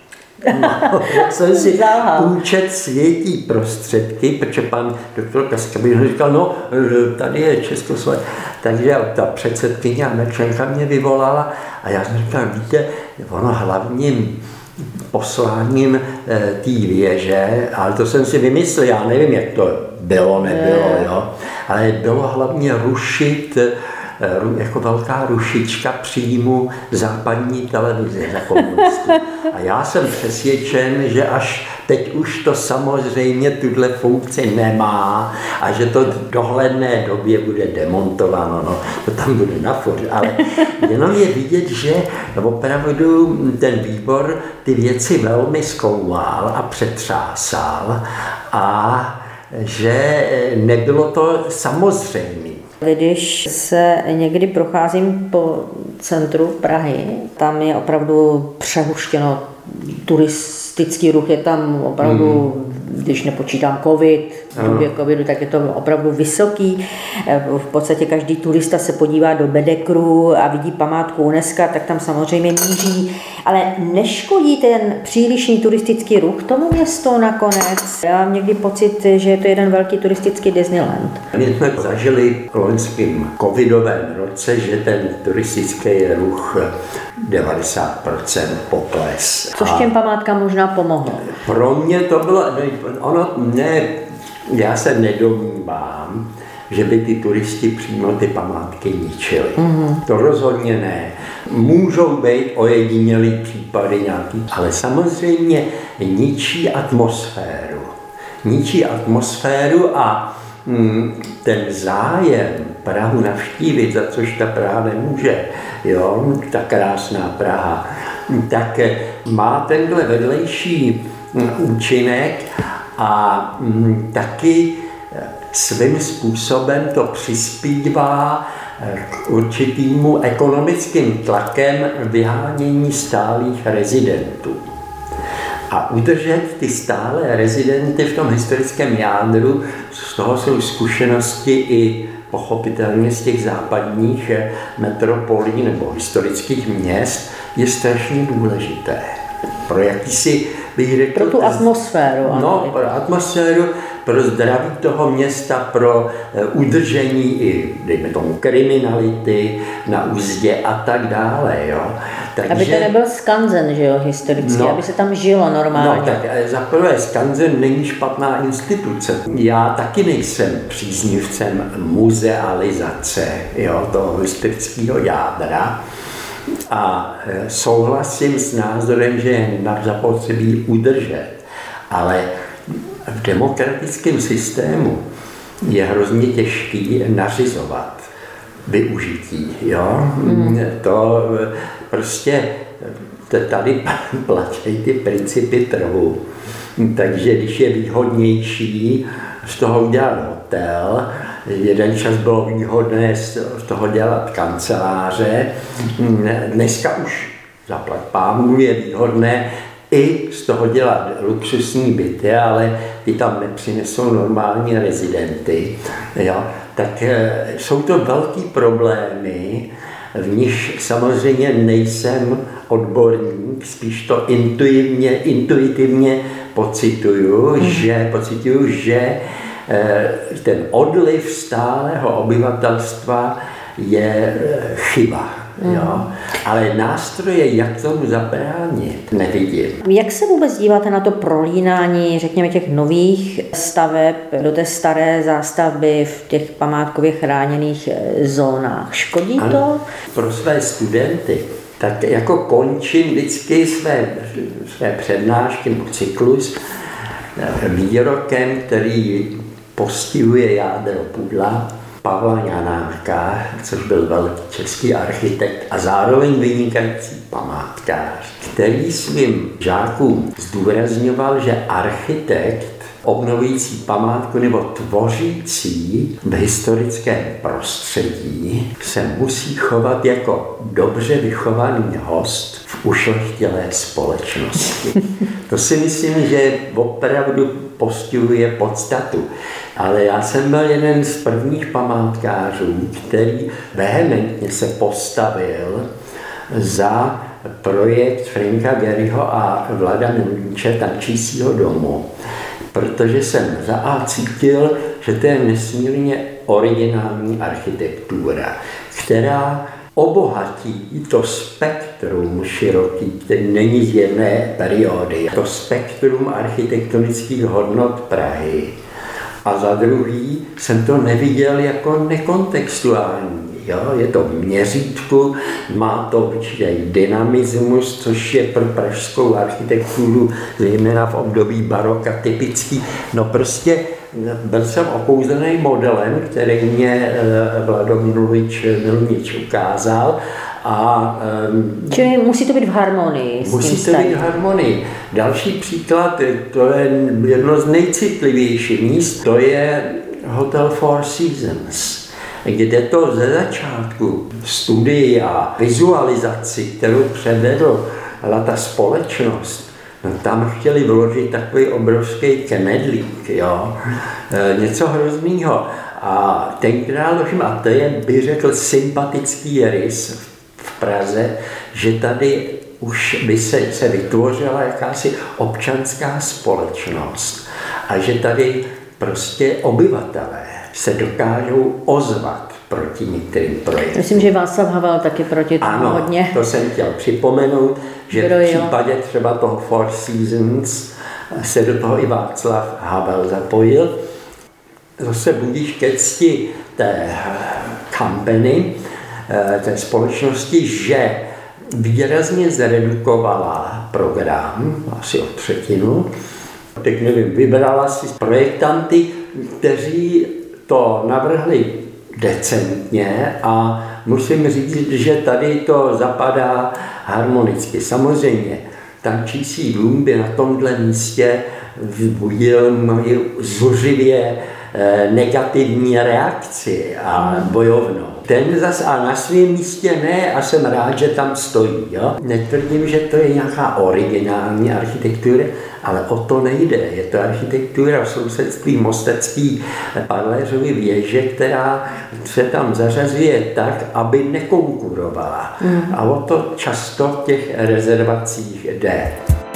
No, jsem si účet světí prostředky, protože pan doktor Kaskabin říkal, no, tady je Československo. Takže ta předsedkyně a členka mě vyvolala a já jsem říkal, víte, ono hlavním posláním té věže, ale to jsem si vymyslel, já nevím, jak to bylo, nebylo, jo, ale bylo hlavně rušit jako velká rušička příjmu západní televize za komunistů. A já jsem přesvědčen, že až teď už to samozřejmě tuhle funkci nemá a že to v dohledné době bude demontováno, no, to tam bude na furt, ale jenom je vidět, že opravdu ten výbor ty věci velmi zkoumal a přetřásal a že nebylo to samozřejmé. Když se někdy procházím po centru Prahy, tam je opravdu přehuštěno, turistický ruch je tam opravdu, hmm. když nepočítám covid, v době covidu, tak je to opravdu vysoký. V podstatě každý turista se podívá do Bedekru a vidí památku UNESCO, tak tam samozřejmě míří. Ale neškodí ten přílišný turistický ruch tomu městu nakonec? Já mám někdy pocit, že je to jeden velký turistický Disneyland. My jsme zažili v loňském covidovém roce, že ten turistický ruch devadesát procent pokles. Což těm památkám možná pomohlo. Pro mě to bylo, ono ne, já se nedomnívám, že by ty turisti přímo ty památky ničili. Mm-hmm. To rozhodně ne. Můžou být ojedinělý případy nějaký, ale samozřejmě ničí atmosféru. Ničí atmosféru a mm, ten zájem Prahu navštívit, za což ta Praha nemůže, jo, ta krásná Praha, tak má tenhle vedlejší účinek a mm, taky svým způsobem to přispívá k určitýmu ekonomickým tlakem vyhánění stálých rezidentů. A udržet ty stálé rezidenty v tom historickém jádru, z toho jsou zkušenosti i pochopitelně z těch západních metropolí nebo historických měst, je strašně důležité. Pro jakýsi, bych řekl, pro tu atmosféru. No, pro atmosféru, pro zdraví toho města, pro udržení i, dejme tomu, kriminality na úzdě a tak dále, jo. Takže, aby to nebyl skanzen, že jo, historicky, no, aby se tam žilo normálně. No, tak za prvé skanzen není špatná instituce. Já taky nejsem příznivcem muzealizace, jo, toho historického jádra. A souhlasím s názorem, že je zapotřebí udržet, ale v demokratickém systému je hrozně těžký nařizovat. využití. Jo? Mm. To prostě tady platí ty principy trhu. Takže když je výhodnější z toho udělat hotel, jeden čas bylo výhodné z toho dělat kanceláře, dneska už zaplať pánbůh je výhodné i z toho dělat luxusní byty, ale ty tam nepřinesou normální rezidenty. Jo? Tak jsou to velký problémy, v nich samozřejmě nejsem odborník, spíš to intuitivně, intuitivně pocituju, hmm. že, pocituju, že ten odliv stálého obyvatelstva je chyba. Mm. Jo? Ale nástroje, jak tomu zabránit, nevidím. Jak se vůbec díváte na to prolínání, řekněme, těch nových staveb do té staré zástavby v těch památkově chráněných zónách? Škodí to? Ano, pro své studenty. Tak jako končím vždycky své, své přednášky nebo cyklus výrokem, který postihuje jádro pudla Pavla Janáka, což byl velký český architekt a zároveň vynikající památkář, který svým žákům zdůrazňoval, že architekt obnovující památku nebo tvořící v historickém prostředí se musí chovat jako dobře vychovaný host v ušlechtilé společnosti. To si myslím, že opravdu postihuje podstatu. Ale já jsem byl jeden z prvních památkářů, který vehementně se postavil za projekt Franka Gehryho a Vlada Milníče Tančícího domu, protože jsem za A cítil, že to je nesmírně originální architektura, která obohatí to spektrum široký, který není z jedné periody, to spektrum architektonických hodnot Prahy. A za druhý jsem to neviděl jako nekontextuální. Jo? Je to v měřítku, má to určitý dynamismus, což je pro pražskou architekturu, zejména v období baroka, typický. No prostě byl jsem okouzlený modelem, který mě Vladimír Milníč ukázal. A, um, Čili musí to být v harmonii. Musí to být v harmonii. Další příklad, to je jedno z nejcitlivějších míst, to je Hotel Four Seasons, kde to ze začátku studii a vizualizaci, kterou předvedla ta společnost, no tam chtěli vložit takový obrovský knedlík, jo? E, něco hroznýho. A tenkrát, a to je, bych řekl, sympatický rys v Praze, že tady už by se, se vytvořila jakási občanská společnost a že tady prostě obyvatelé se dokážou ozvat proti některým projektům. Myslím, že Václav Havel taky proti tomu ano, hodně. To jsem chtěl připomenout, že Kdo v případě jo? třeba toho Four Seasons se do toho i Václav Havel zapojil. Zase budíš ke cti té company, té společnosti, že výrazně zredukovala program, asi o třetinu. Teď nevím, vybrala si projektanty, kteří to navrhli decentně a musím říct, že tady to zapadá harmonicky. Samozřejmě, Tančící dům by na tomhle místě vzbudil moji zuřivě negativní reakci a bojovnou. Ten zas a na svém místě ne a jsem rád, že tam stojí. Jo? Netvrdím, že to je nějaká originální architektura, ale o to nejde. Je to architektura v sousedství Mostecký Parléřovy věže, která se tam zařazuje tak, aby nekonkurovala. Mm. A o to často v těch rezervacích jde.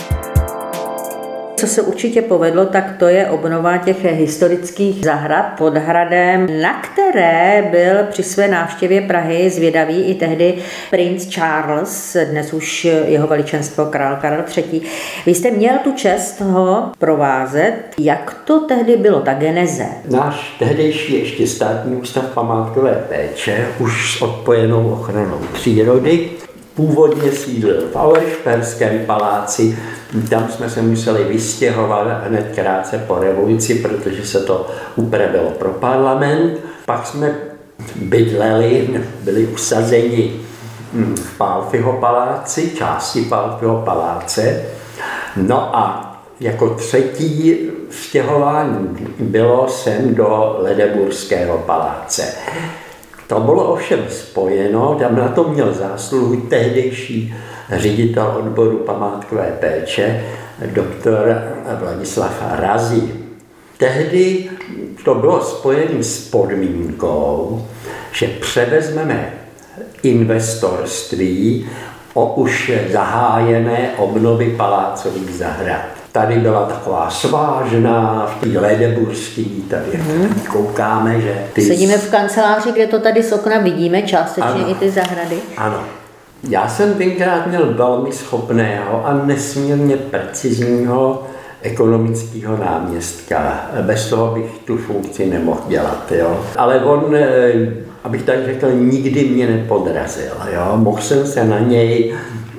Co se určitě povedlo, tak to je obnova těch historických zahrad pod hradem, na které byl při své návštěvě Prahy zvědavý i tehdy princ Charles, dnes už jeho veličenstvo král Karel třetí. Vy jste měl tu čest ho provázet. Jak to tehdy bylo, ta geneze? Náš tehdejší ještě státní ústav památkové péče, už s odpojenou ochranou přírody, původně sídlil v Aueršperském paláci, tam jsme se museli vystěhovat hned krátce po revoluci, protože se to upravilo pro parlament. Pak jsme bydleli, byli usazeni v Pálffyho paláci, části Pálffyho paláce. No a jako třetí stěhování bylo sem do Ledeburského paláce. To bylo ovšem spojeno, tam na to měl zásluhu tehdejší ředitel odboru památkové péče, doktor Vladislav Razí. Tehdy to bylo spojeno s podmínkou, že převezmeme investorství o už zahájené obnovy palácových zahrad. Tady byla taková svážná, v té Ledeburské, tady mm. koukáme, že... Ty... Sedíme v kanceláři, kde to tady z okna vidíme, částečně ano. I ty zahrady. Ano. Já jsem tenkrát měl velmi schopného a nesmírně precizního ekonomického náměstka. Bez toho bych tu funkci nemohl dělat. Jo? Ale on, abych tak řekl, nikdy mě nepodrazil. Jo? Mohl jsem se na něj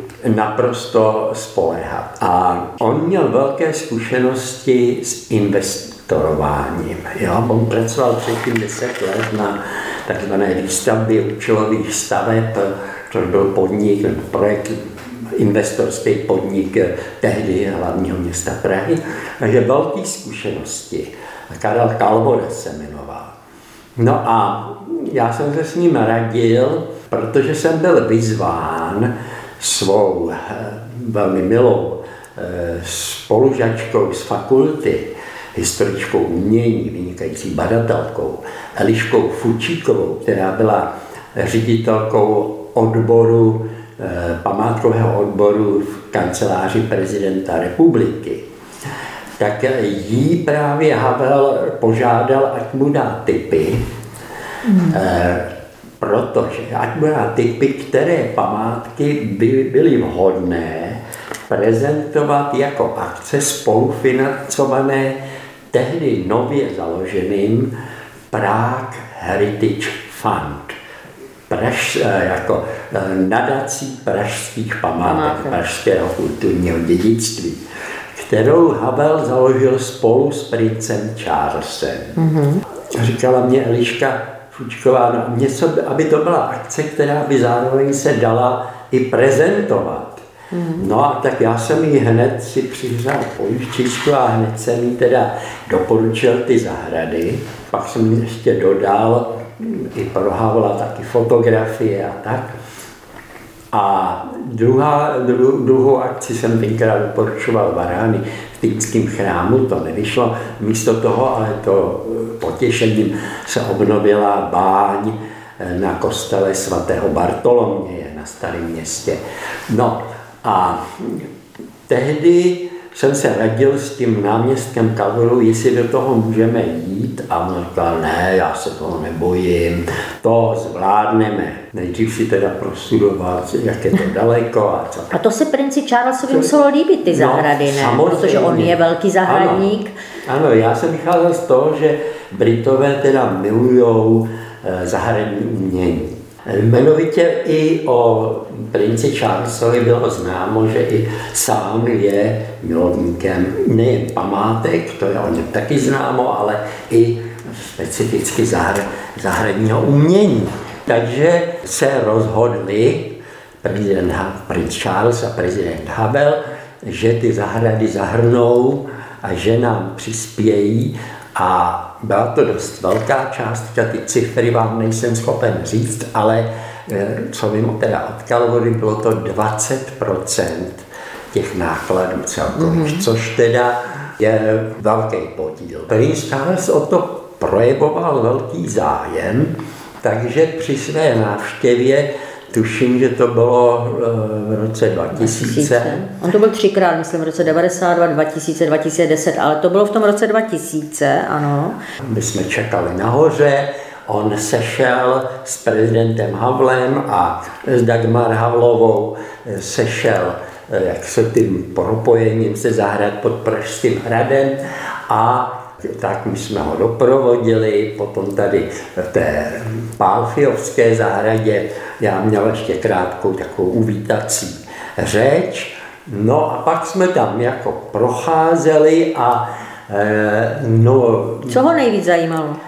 naprosto spoléhat. A on měl velké zkušenosti s investorováním. Jo? On pracoval předtím deset let na takzvané výstavbě účelových staveb, to byl podnik, projekt, investorský podnik tehdy hlavního města Prahy, takže velké zkušenosti. Karel Kalvoda se jmenoval. No a já jsem se s ním radil, protože jsem byl vyzván svou velmi milou spolužačkou z fakulty, historičkou umění, vynikající badatelkou, Eliškou Fučíkovou, která byla ředitelkou odboru, památkového odboru v kanceláři prezidenta republiky, tak jí právě Havel požádal, ať mu dá tipy, mm. eh, protože ať mu dá tipy, které památky by byly vhodné prezentovat jako akce spolufinancované tehdy nově založeným Prague Heritage Fund. Praž, jako nadací pražských památek, pražského kulturního dědictví, kterou Havel založil spolu s princem Charlesem. Mm-hmm. Říkala mě Eliška Fučková, no, něco, aby to byla akce, která by zároveň se dala i prezentovat. Mm-hmm. No a tak já jsem jí hned si přihřál pojišťičku a hned jsem jí teda doporučil ty zahrady. Pak jsem ještě dodal i pro Havla taky fotografie a tak. A druhá, dru, druhou akci jsem tenkrát doporučoval Varány v Týnském chrámu, to nevyšlo. Místo toho, ale to potěšením, se obnovila báň na kostele svatého Bartoloměje na Starém Městě. No a tehdy jsem se radil s tím náměstkem Kalvorou, jestli do toho můžeme jít, a on říkal, ne, já se toho nebojím, to zvládneme. Nejdřív si teda prostudovat, jak je to daleko a co. A to se princi Charlesovi muselo líbit, ty zahrady, no, ne? Protože on je velký zahradník. Ano, ano, já jsem vycházel z toho, že Britové teda milujou zahradní umění. Jmenovitě i o princi Charlesovi bylo známo, že i sám je milovníkem nejen památek, to je o něm taky známo, ale i specificky zahr- zahradního umění. Takže se rozhodli prezident princ Charles a prezident Havel, že ty zahrady zahrnou a že nám přispějí. A byla to dost velká částka, ty cifry vám nejsem schopen říct, ale co vím teda od Kalvody, bylo to dvacet procent těch nákladů celkových, mm-hmm. což teda je velký podíl. Princ Charles o to projevoval velký zájem, takže při své návštěvě, tuším, že to bylo v roce dva tisíce. On to byl třikrát, myslím, v roce devadesát dva, dva tisíce, dva tisíce deset, ale to bylo v tom roce dva tisíce, ano. My jsme čekali nahoře, on sešel s prezidentem Havlem a s Dagmar Havlovou sešel jak se tím propojením se zahrad pod Pražským hradem a tak my jsme ho doprovodili, potom tady v té Pálffyovské zahradě já měl ještě krátkou takovou uvítací řeč, no a pak jsme tam jako procházeli a e, no... Co ho nejvíc zajímalo?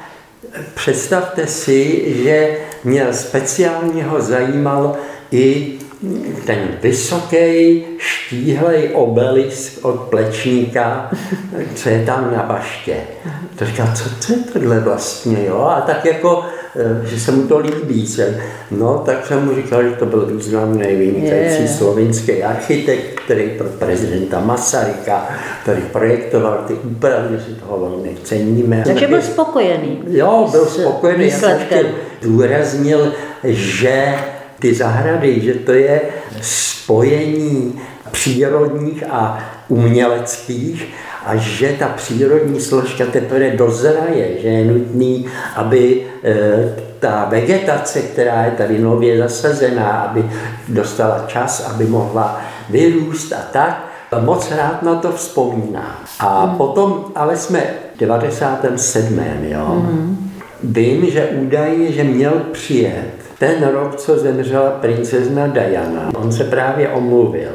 představte si, že měl speciálně ho zajímal i ten vysoký, štíhlej obelisk od Plečníka, co je tam na baště. To říkal, co to je tohle vlastně, jo? A tak jako, že se mu to líbí. Se. No, tak jsem mu říkal, že to byl významný, vynikající yeah. slovinský architekt, který pro prezidenta Masaryka, který projektoval ty úpravy, že si toho velmi ceníme. Takže byl spokojený. Jo, byl spokojený. Já jsem ještě důraznil, že ty zahrady, že to je spojení přírodních a uměleckých a že ta přírodní složka teprve dozraje, že je nutný, aby ta vegetace, která je tady nově zasazená, aby dostala čas, aby mohla vyrůst a tak. Moc rád na to vzpomínám. A mm. potom, ale jsme v devadesátém sedmém Jo? Mm. Vím, že údajně, že měl přijet ten rok, co zemřela princezna Diana. On se právě omluvil.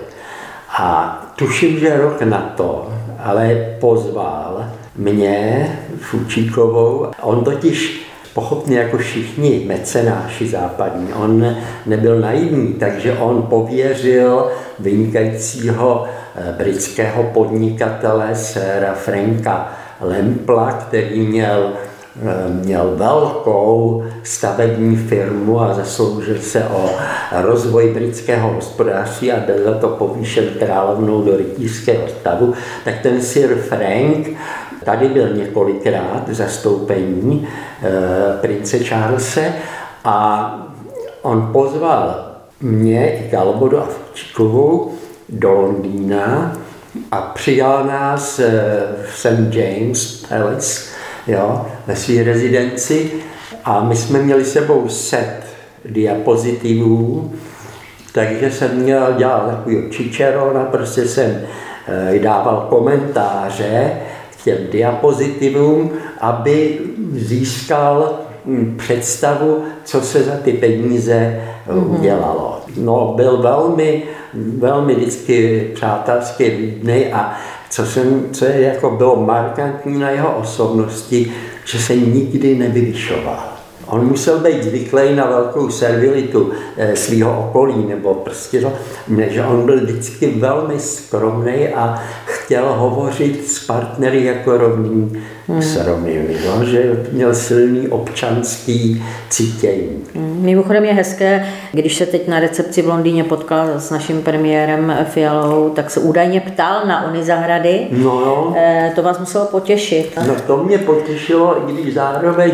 A tuším, že rok na to, ale pozval mě, Fučíkovou. On totiž pochopně jako všichni mecenáši západní, on nebyl naivní, takže on pověřil vynikajícího britského podnikatele Sira Franka Lempla, který měl měl velkou stavební firmu a zasloužil se o rozvoj britského hospodářství a byl za to povýšen královnou do rytířského stavu, tak ten Sir Frank tady byl několikrát v zastoupení e, prince Charlese a on pozval mě i Kalbodu a Fučíkovou do Londýna a přijal nás v Saint James Palace, jo, ve své rezidenci a my jsme měli sebou set diapozitivů, takže jsem měl dělat takový čičerona, prostě jsem e, dával komentáře k těm diapozitivům, aby získal m, představu, co se za ty peníze mm-hmm. udělalo. No, byl velmi, velmi vždycky přátelský, líbný a co, jsem, co je jako bylo markantní na jeho osobnosti, že se nikdy nevyvyšoval. On musel být zvyklý na velkou servilitu e, svého okolí, nebo prostě to, že on byl vždycky velmi skromný a chtěl hovořit s partnery jako rovný hmm. s rovnými, no? Že měl silný občanský cítění. Hmm. Mimochodem je hezké, když se teď na recepci v Londýně potkal s naším premiérem Fialou, tak se údajně ptal na ony zahrady. No, no. E, to vás muselo potěšit. No to mě potěšilo, i když zároveň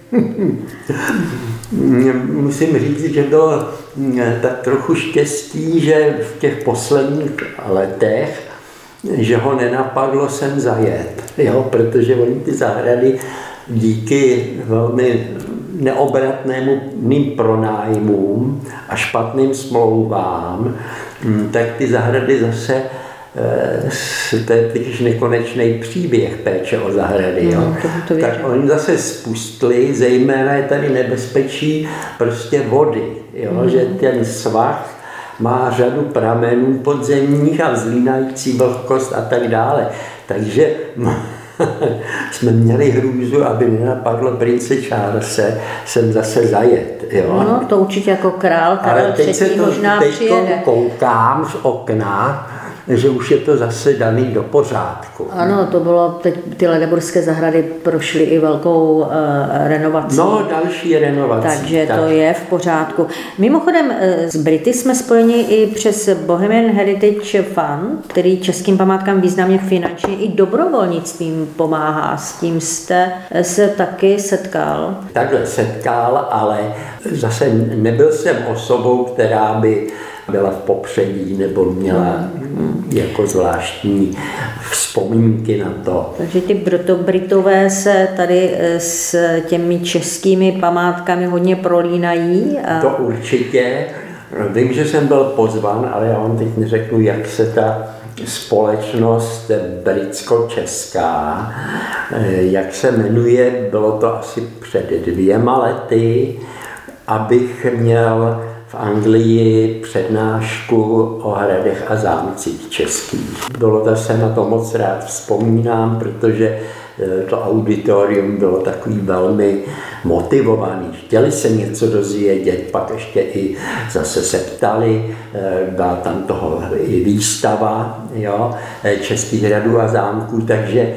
musím říct, že bylo tak trochu štěstí, že v těch posledních letech, že ho nenapadlo sem zajet, jo? Protože oni ty zahrady díky velmi neobratnému pronájmům a špatným smlouvám, tak ty zahrady zase to je totiž nekonečný příběh péče o zahrady. Jo? No, to, to tak oni zase spustili, zejména je tady nebezpečí prostě vody, jo? Mm. Že ten svah má řadu pramenů podzemních a vzlínající vlhkost a tak dále. Takže jsme měli hrůzu, aby nenapadlo prince Charlese sem zase zajet. Jo? No, to určitě jako král Karel třetí možná přijede. Ale teď koukám z okna, že už je to zase daný do pořádku. Ano, to bylo, teď ty Ledeburské zahrady prošly i velkou uh, renovací. No, další renovací. Takže tak. To je v pořádku. Mimochodem, s Brity jsme spojeni i přes Bohemian Heritage Fund, který českým památkám významně finančně i dobrovolnictvím pomáhá. S tím jste se taky setkal? Takhle setkal, ale zase nebyl jsem osobou, která by byla v popředí nebo měla mm. jako zvláštní vzpomínky na to. Takže ty Britové se tady s těmi českými památkami hodně prolínají? A... To určitě. Vím, že jsem byl pozvan, ale já vám teď neřeknu, jak se ta společnost britsko-česká, jak se jmenuje, bylo to asi před dvěma lety, abych měl v v Anglii přednášku o hradech a zámcích českých. Bylo to, se na to moc rád vzpomínám, protože to auditorium bylo takový velmi motivovaný. Chtěli se něco dozvědět, pak ještě i zase se ptali, byla tam toho i výstava, jo, českých hradů a zámků, takže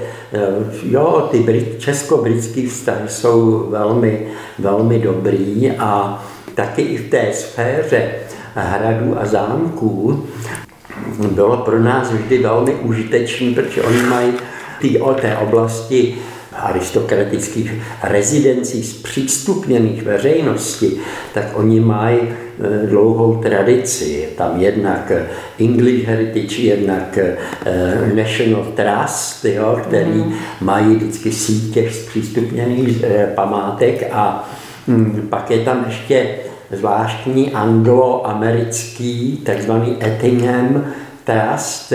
jo, ty brit, česko-britský vztahy jsou velmi, velmi dobrý a taky i v té sféře hradů a zámků bylo pro nás vždy velmi užitečný, protože oni mají ty, o té oblasti aristokratických rezidencí zpřístupněných veřejnosti, tak oni mají dlouhou tradici. Je tam jednak English Heritage, jednak National Trust, jo, který mm. mají vždycky síť těch zpřístupněných památek a pak je tam ještě zvláštní anglo-americký takzvaný Ettingham Trust,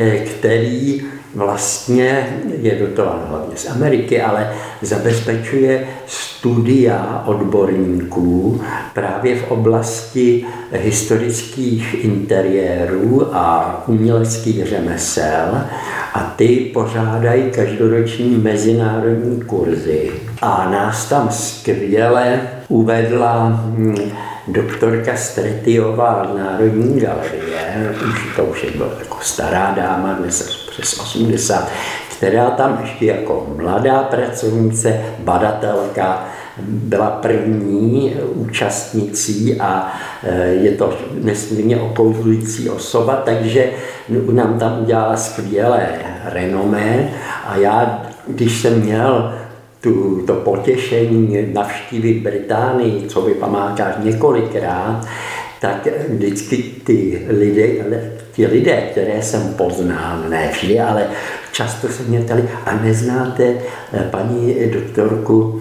který vlastně je dotovaný hlavně z Ameriky, ale zabezpečuje studia odborníků právě v oblasti historických interiérů a uměleckých řemesel a ty pořádají každoroční mezinárodní kurzy. A nás tam skvěle uvedla doktorka Stretiová z Národní galerie, už to už je byla jako stará dáma, dnes přes osmdesát, která tam ještě jako mladá pracovnice, badatelka, byla první účastnicí a je to nesmírně okouzlující osoba, takže nám tam udělala skvělé renomé a já, když jsem měl tu, to potěšení navštívit Británii, co by památkáš několikrát, tak vždycky ty lidé, ti lidé, které jsem poznal, ne všichni, ale často se mě ptali, a neznáte paní doktorku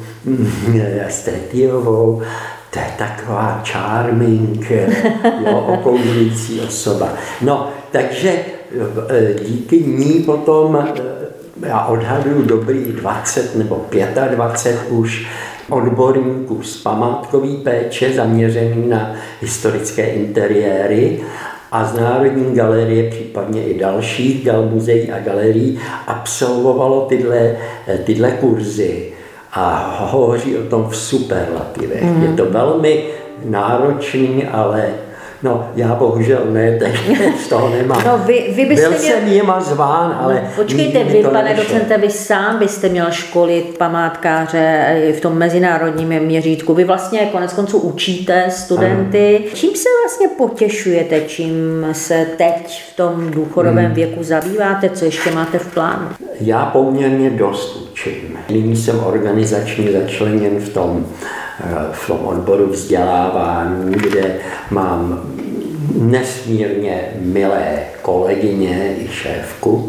Stretiovou, to je taková charming, jo, okouzlující osoba. No, takže díky ní potom já odhaduju dobrý dvacet nebo dvacet pět už odborníků z památkové péče zaměřený na historické interiéry a z Národní galerie, případně i dalších muzeí a galerií absolvovalo tyhle, tyhle kurzy a hovoří o tom v superlativech. Mm. Je to velmi náročný, ale no, já bohužel ne, takže z toho nemám. No, vy, vy byste Byl měl... jsem jima zván, ale... No, počkejte, vy, pane docente, vy sám byste měl školit památkáře v tom mezinárodním měřítku. Vy vlastně konec konců učíte studenty. Ano. Čím se vlastně potěšujete, čím se teď v tom důchodovém hmm. věku zabýváte, co ještě máte v plánu? Já poměrně dost učím. Nyní jsem organizačně začleněn v tom v tom odboru vzdělávání, kde mám nesmírně milé kolegyně i šéfku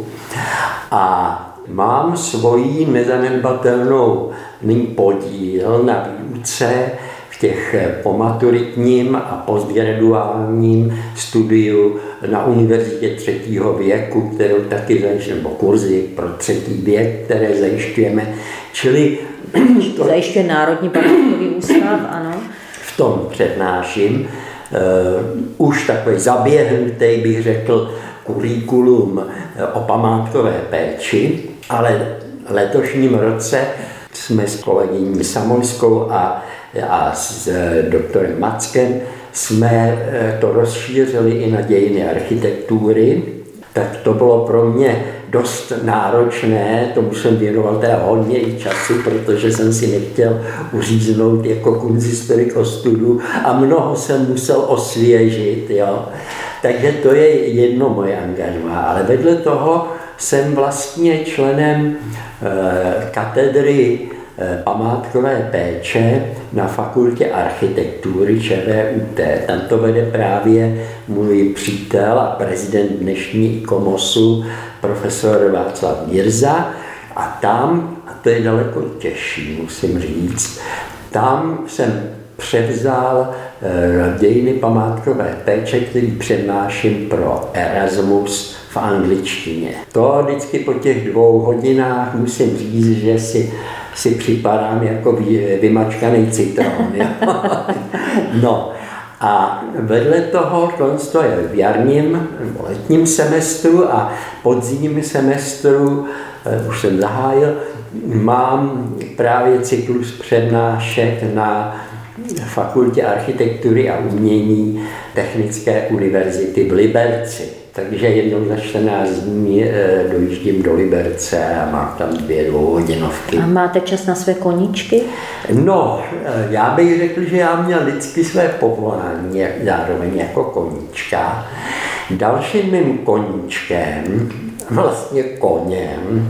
a mám svoji nezanedbatelnou podíl na výuce v těch pomaturitním a postgraduálním studiu na univerzitě třetího věku, kterou taky zajišťujeme, nebo kurzy pro třetí věk, které zajišťujeme, čili to zajišťuje Národní památkový ústav, ano. V tom přednáším uh, už takový zaběhnutý, bych řekl, kurikulum o památkové péči, ale v letošním roce jsme s kolegyní Samojskou a, a s doktorem Mackem jsme to rozšířili i na dějiny architektury, tak to bylo pro mě dost náročné, tomu jsem věnoval teda hodně i času, protože jsem si nechtěl uříznout jako kunsthistorik ostudu a mnoho jsem musel osvěžit, jo. Takže to je jedno moje angažmá, ale vedle toho jsem vlastně členem eh, katedry eh, památkové péče na fakultě architektury ČVUT. Tam to vede právě můj přítel a prezident dnešní ICOMOSu, profesor Václav Jirza. A tam, a to je daleko těžší, musím říct, tam jsem převzal eh, dějiny památkové péče, který přednáším pro Erasmus v angličtině. To vždycky po těch dvou hodinách musím říct, že si, si připadám jako vy, vymačkaný citron. No A vedle toho, to je v jarním nebo letním semestru a podzimním semestru, už jsem zahájil, mám právě cyklus přednášek na Fakultě architektury a umění Technické univerzity v Liberci. Takže jednou za čtrnáct dní dojíždím do Liberce a mám tam dvě dvouhodinovky. A máte čas na své koníčky? No, já bych řekl, že já měl vždycky své povolání, zároveň jako koníčka. Dalším mým koníčkem, vlastně koněm,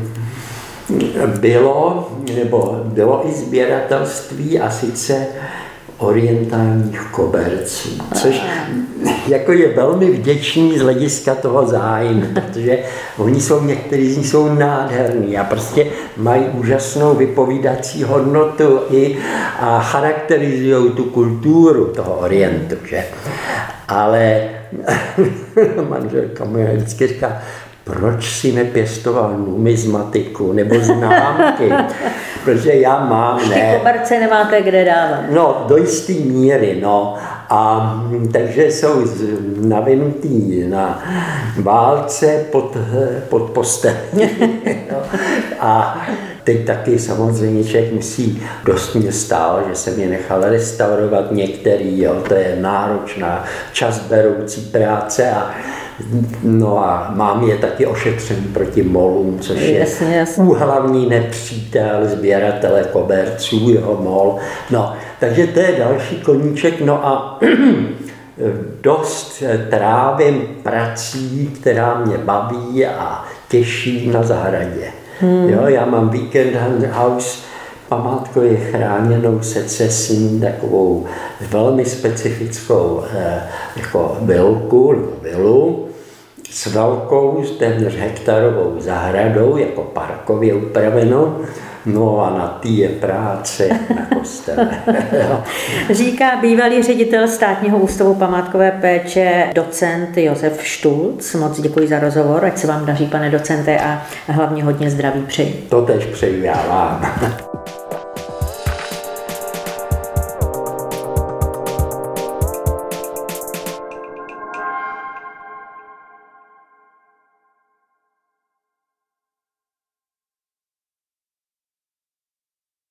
bylo, nebo bylo i sběratelství a sice orientálních koberců, což jako je velmi vděčný z hlediska toho zájmu, protože oni jsou, někteří z nich jsou nádherný a prostě mají úžasnou vypovídací hodnotu i a charakterizují tu kulturu toho orientu, že? Ale manželka moje vždycky říká, proč si nepěstoval numizmatiku nebo známky, protože já mám, Už ne. ty koberce nemáte kde dávat. No, do jisté míry, no. A takže jsou navinutý na válce pod, pod postelí. No. A teď taky samozřejmě člověk musí, dost mě stálo, že jsem je nechal restaurovat některý, jo, to je náročná, časberoucí práce a no a mám je taky ošetřený proti molům, což je jasně, jasně. úhlavní nepřítel sběratele koberců, jeho mol. No, takže to je další koníček. No a dost trávím prací, která mě baví a těší na zahradě. Hmm. Jo, já mám Weekend House, památkově chráněnou secesní, takovou velmi specifickou eh, jako vilku, nebo vilu, s velkou, téměř hektarovou zahradou, jako parkově upravenou. No a na tý je práce na kostele. Říká bývalý ředitel Státního ústavu památkové péče docent Josef Štulc. Moc děkuji za rozhovor, ať se vám daří, pane docente, a hlavně hodně zdraví přeji. To tež přeji já vám.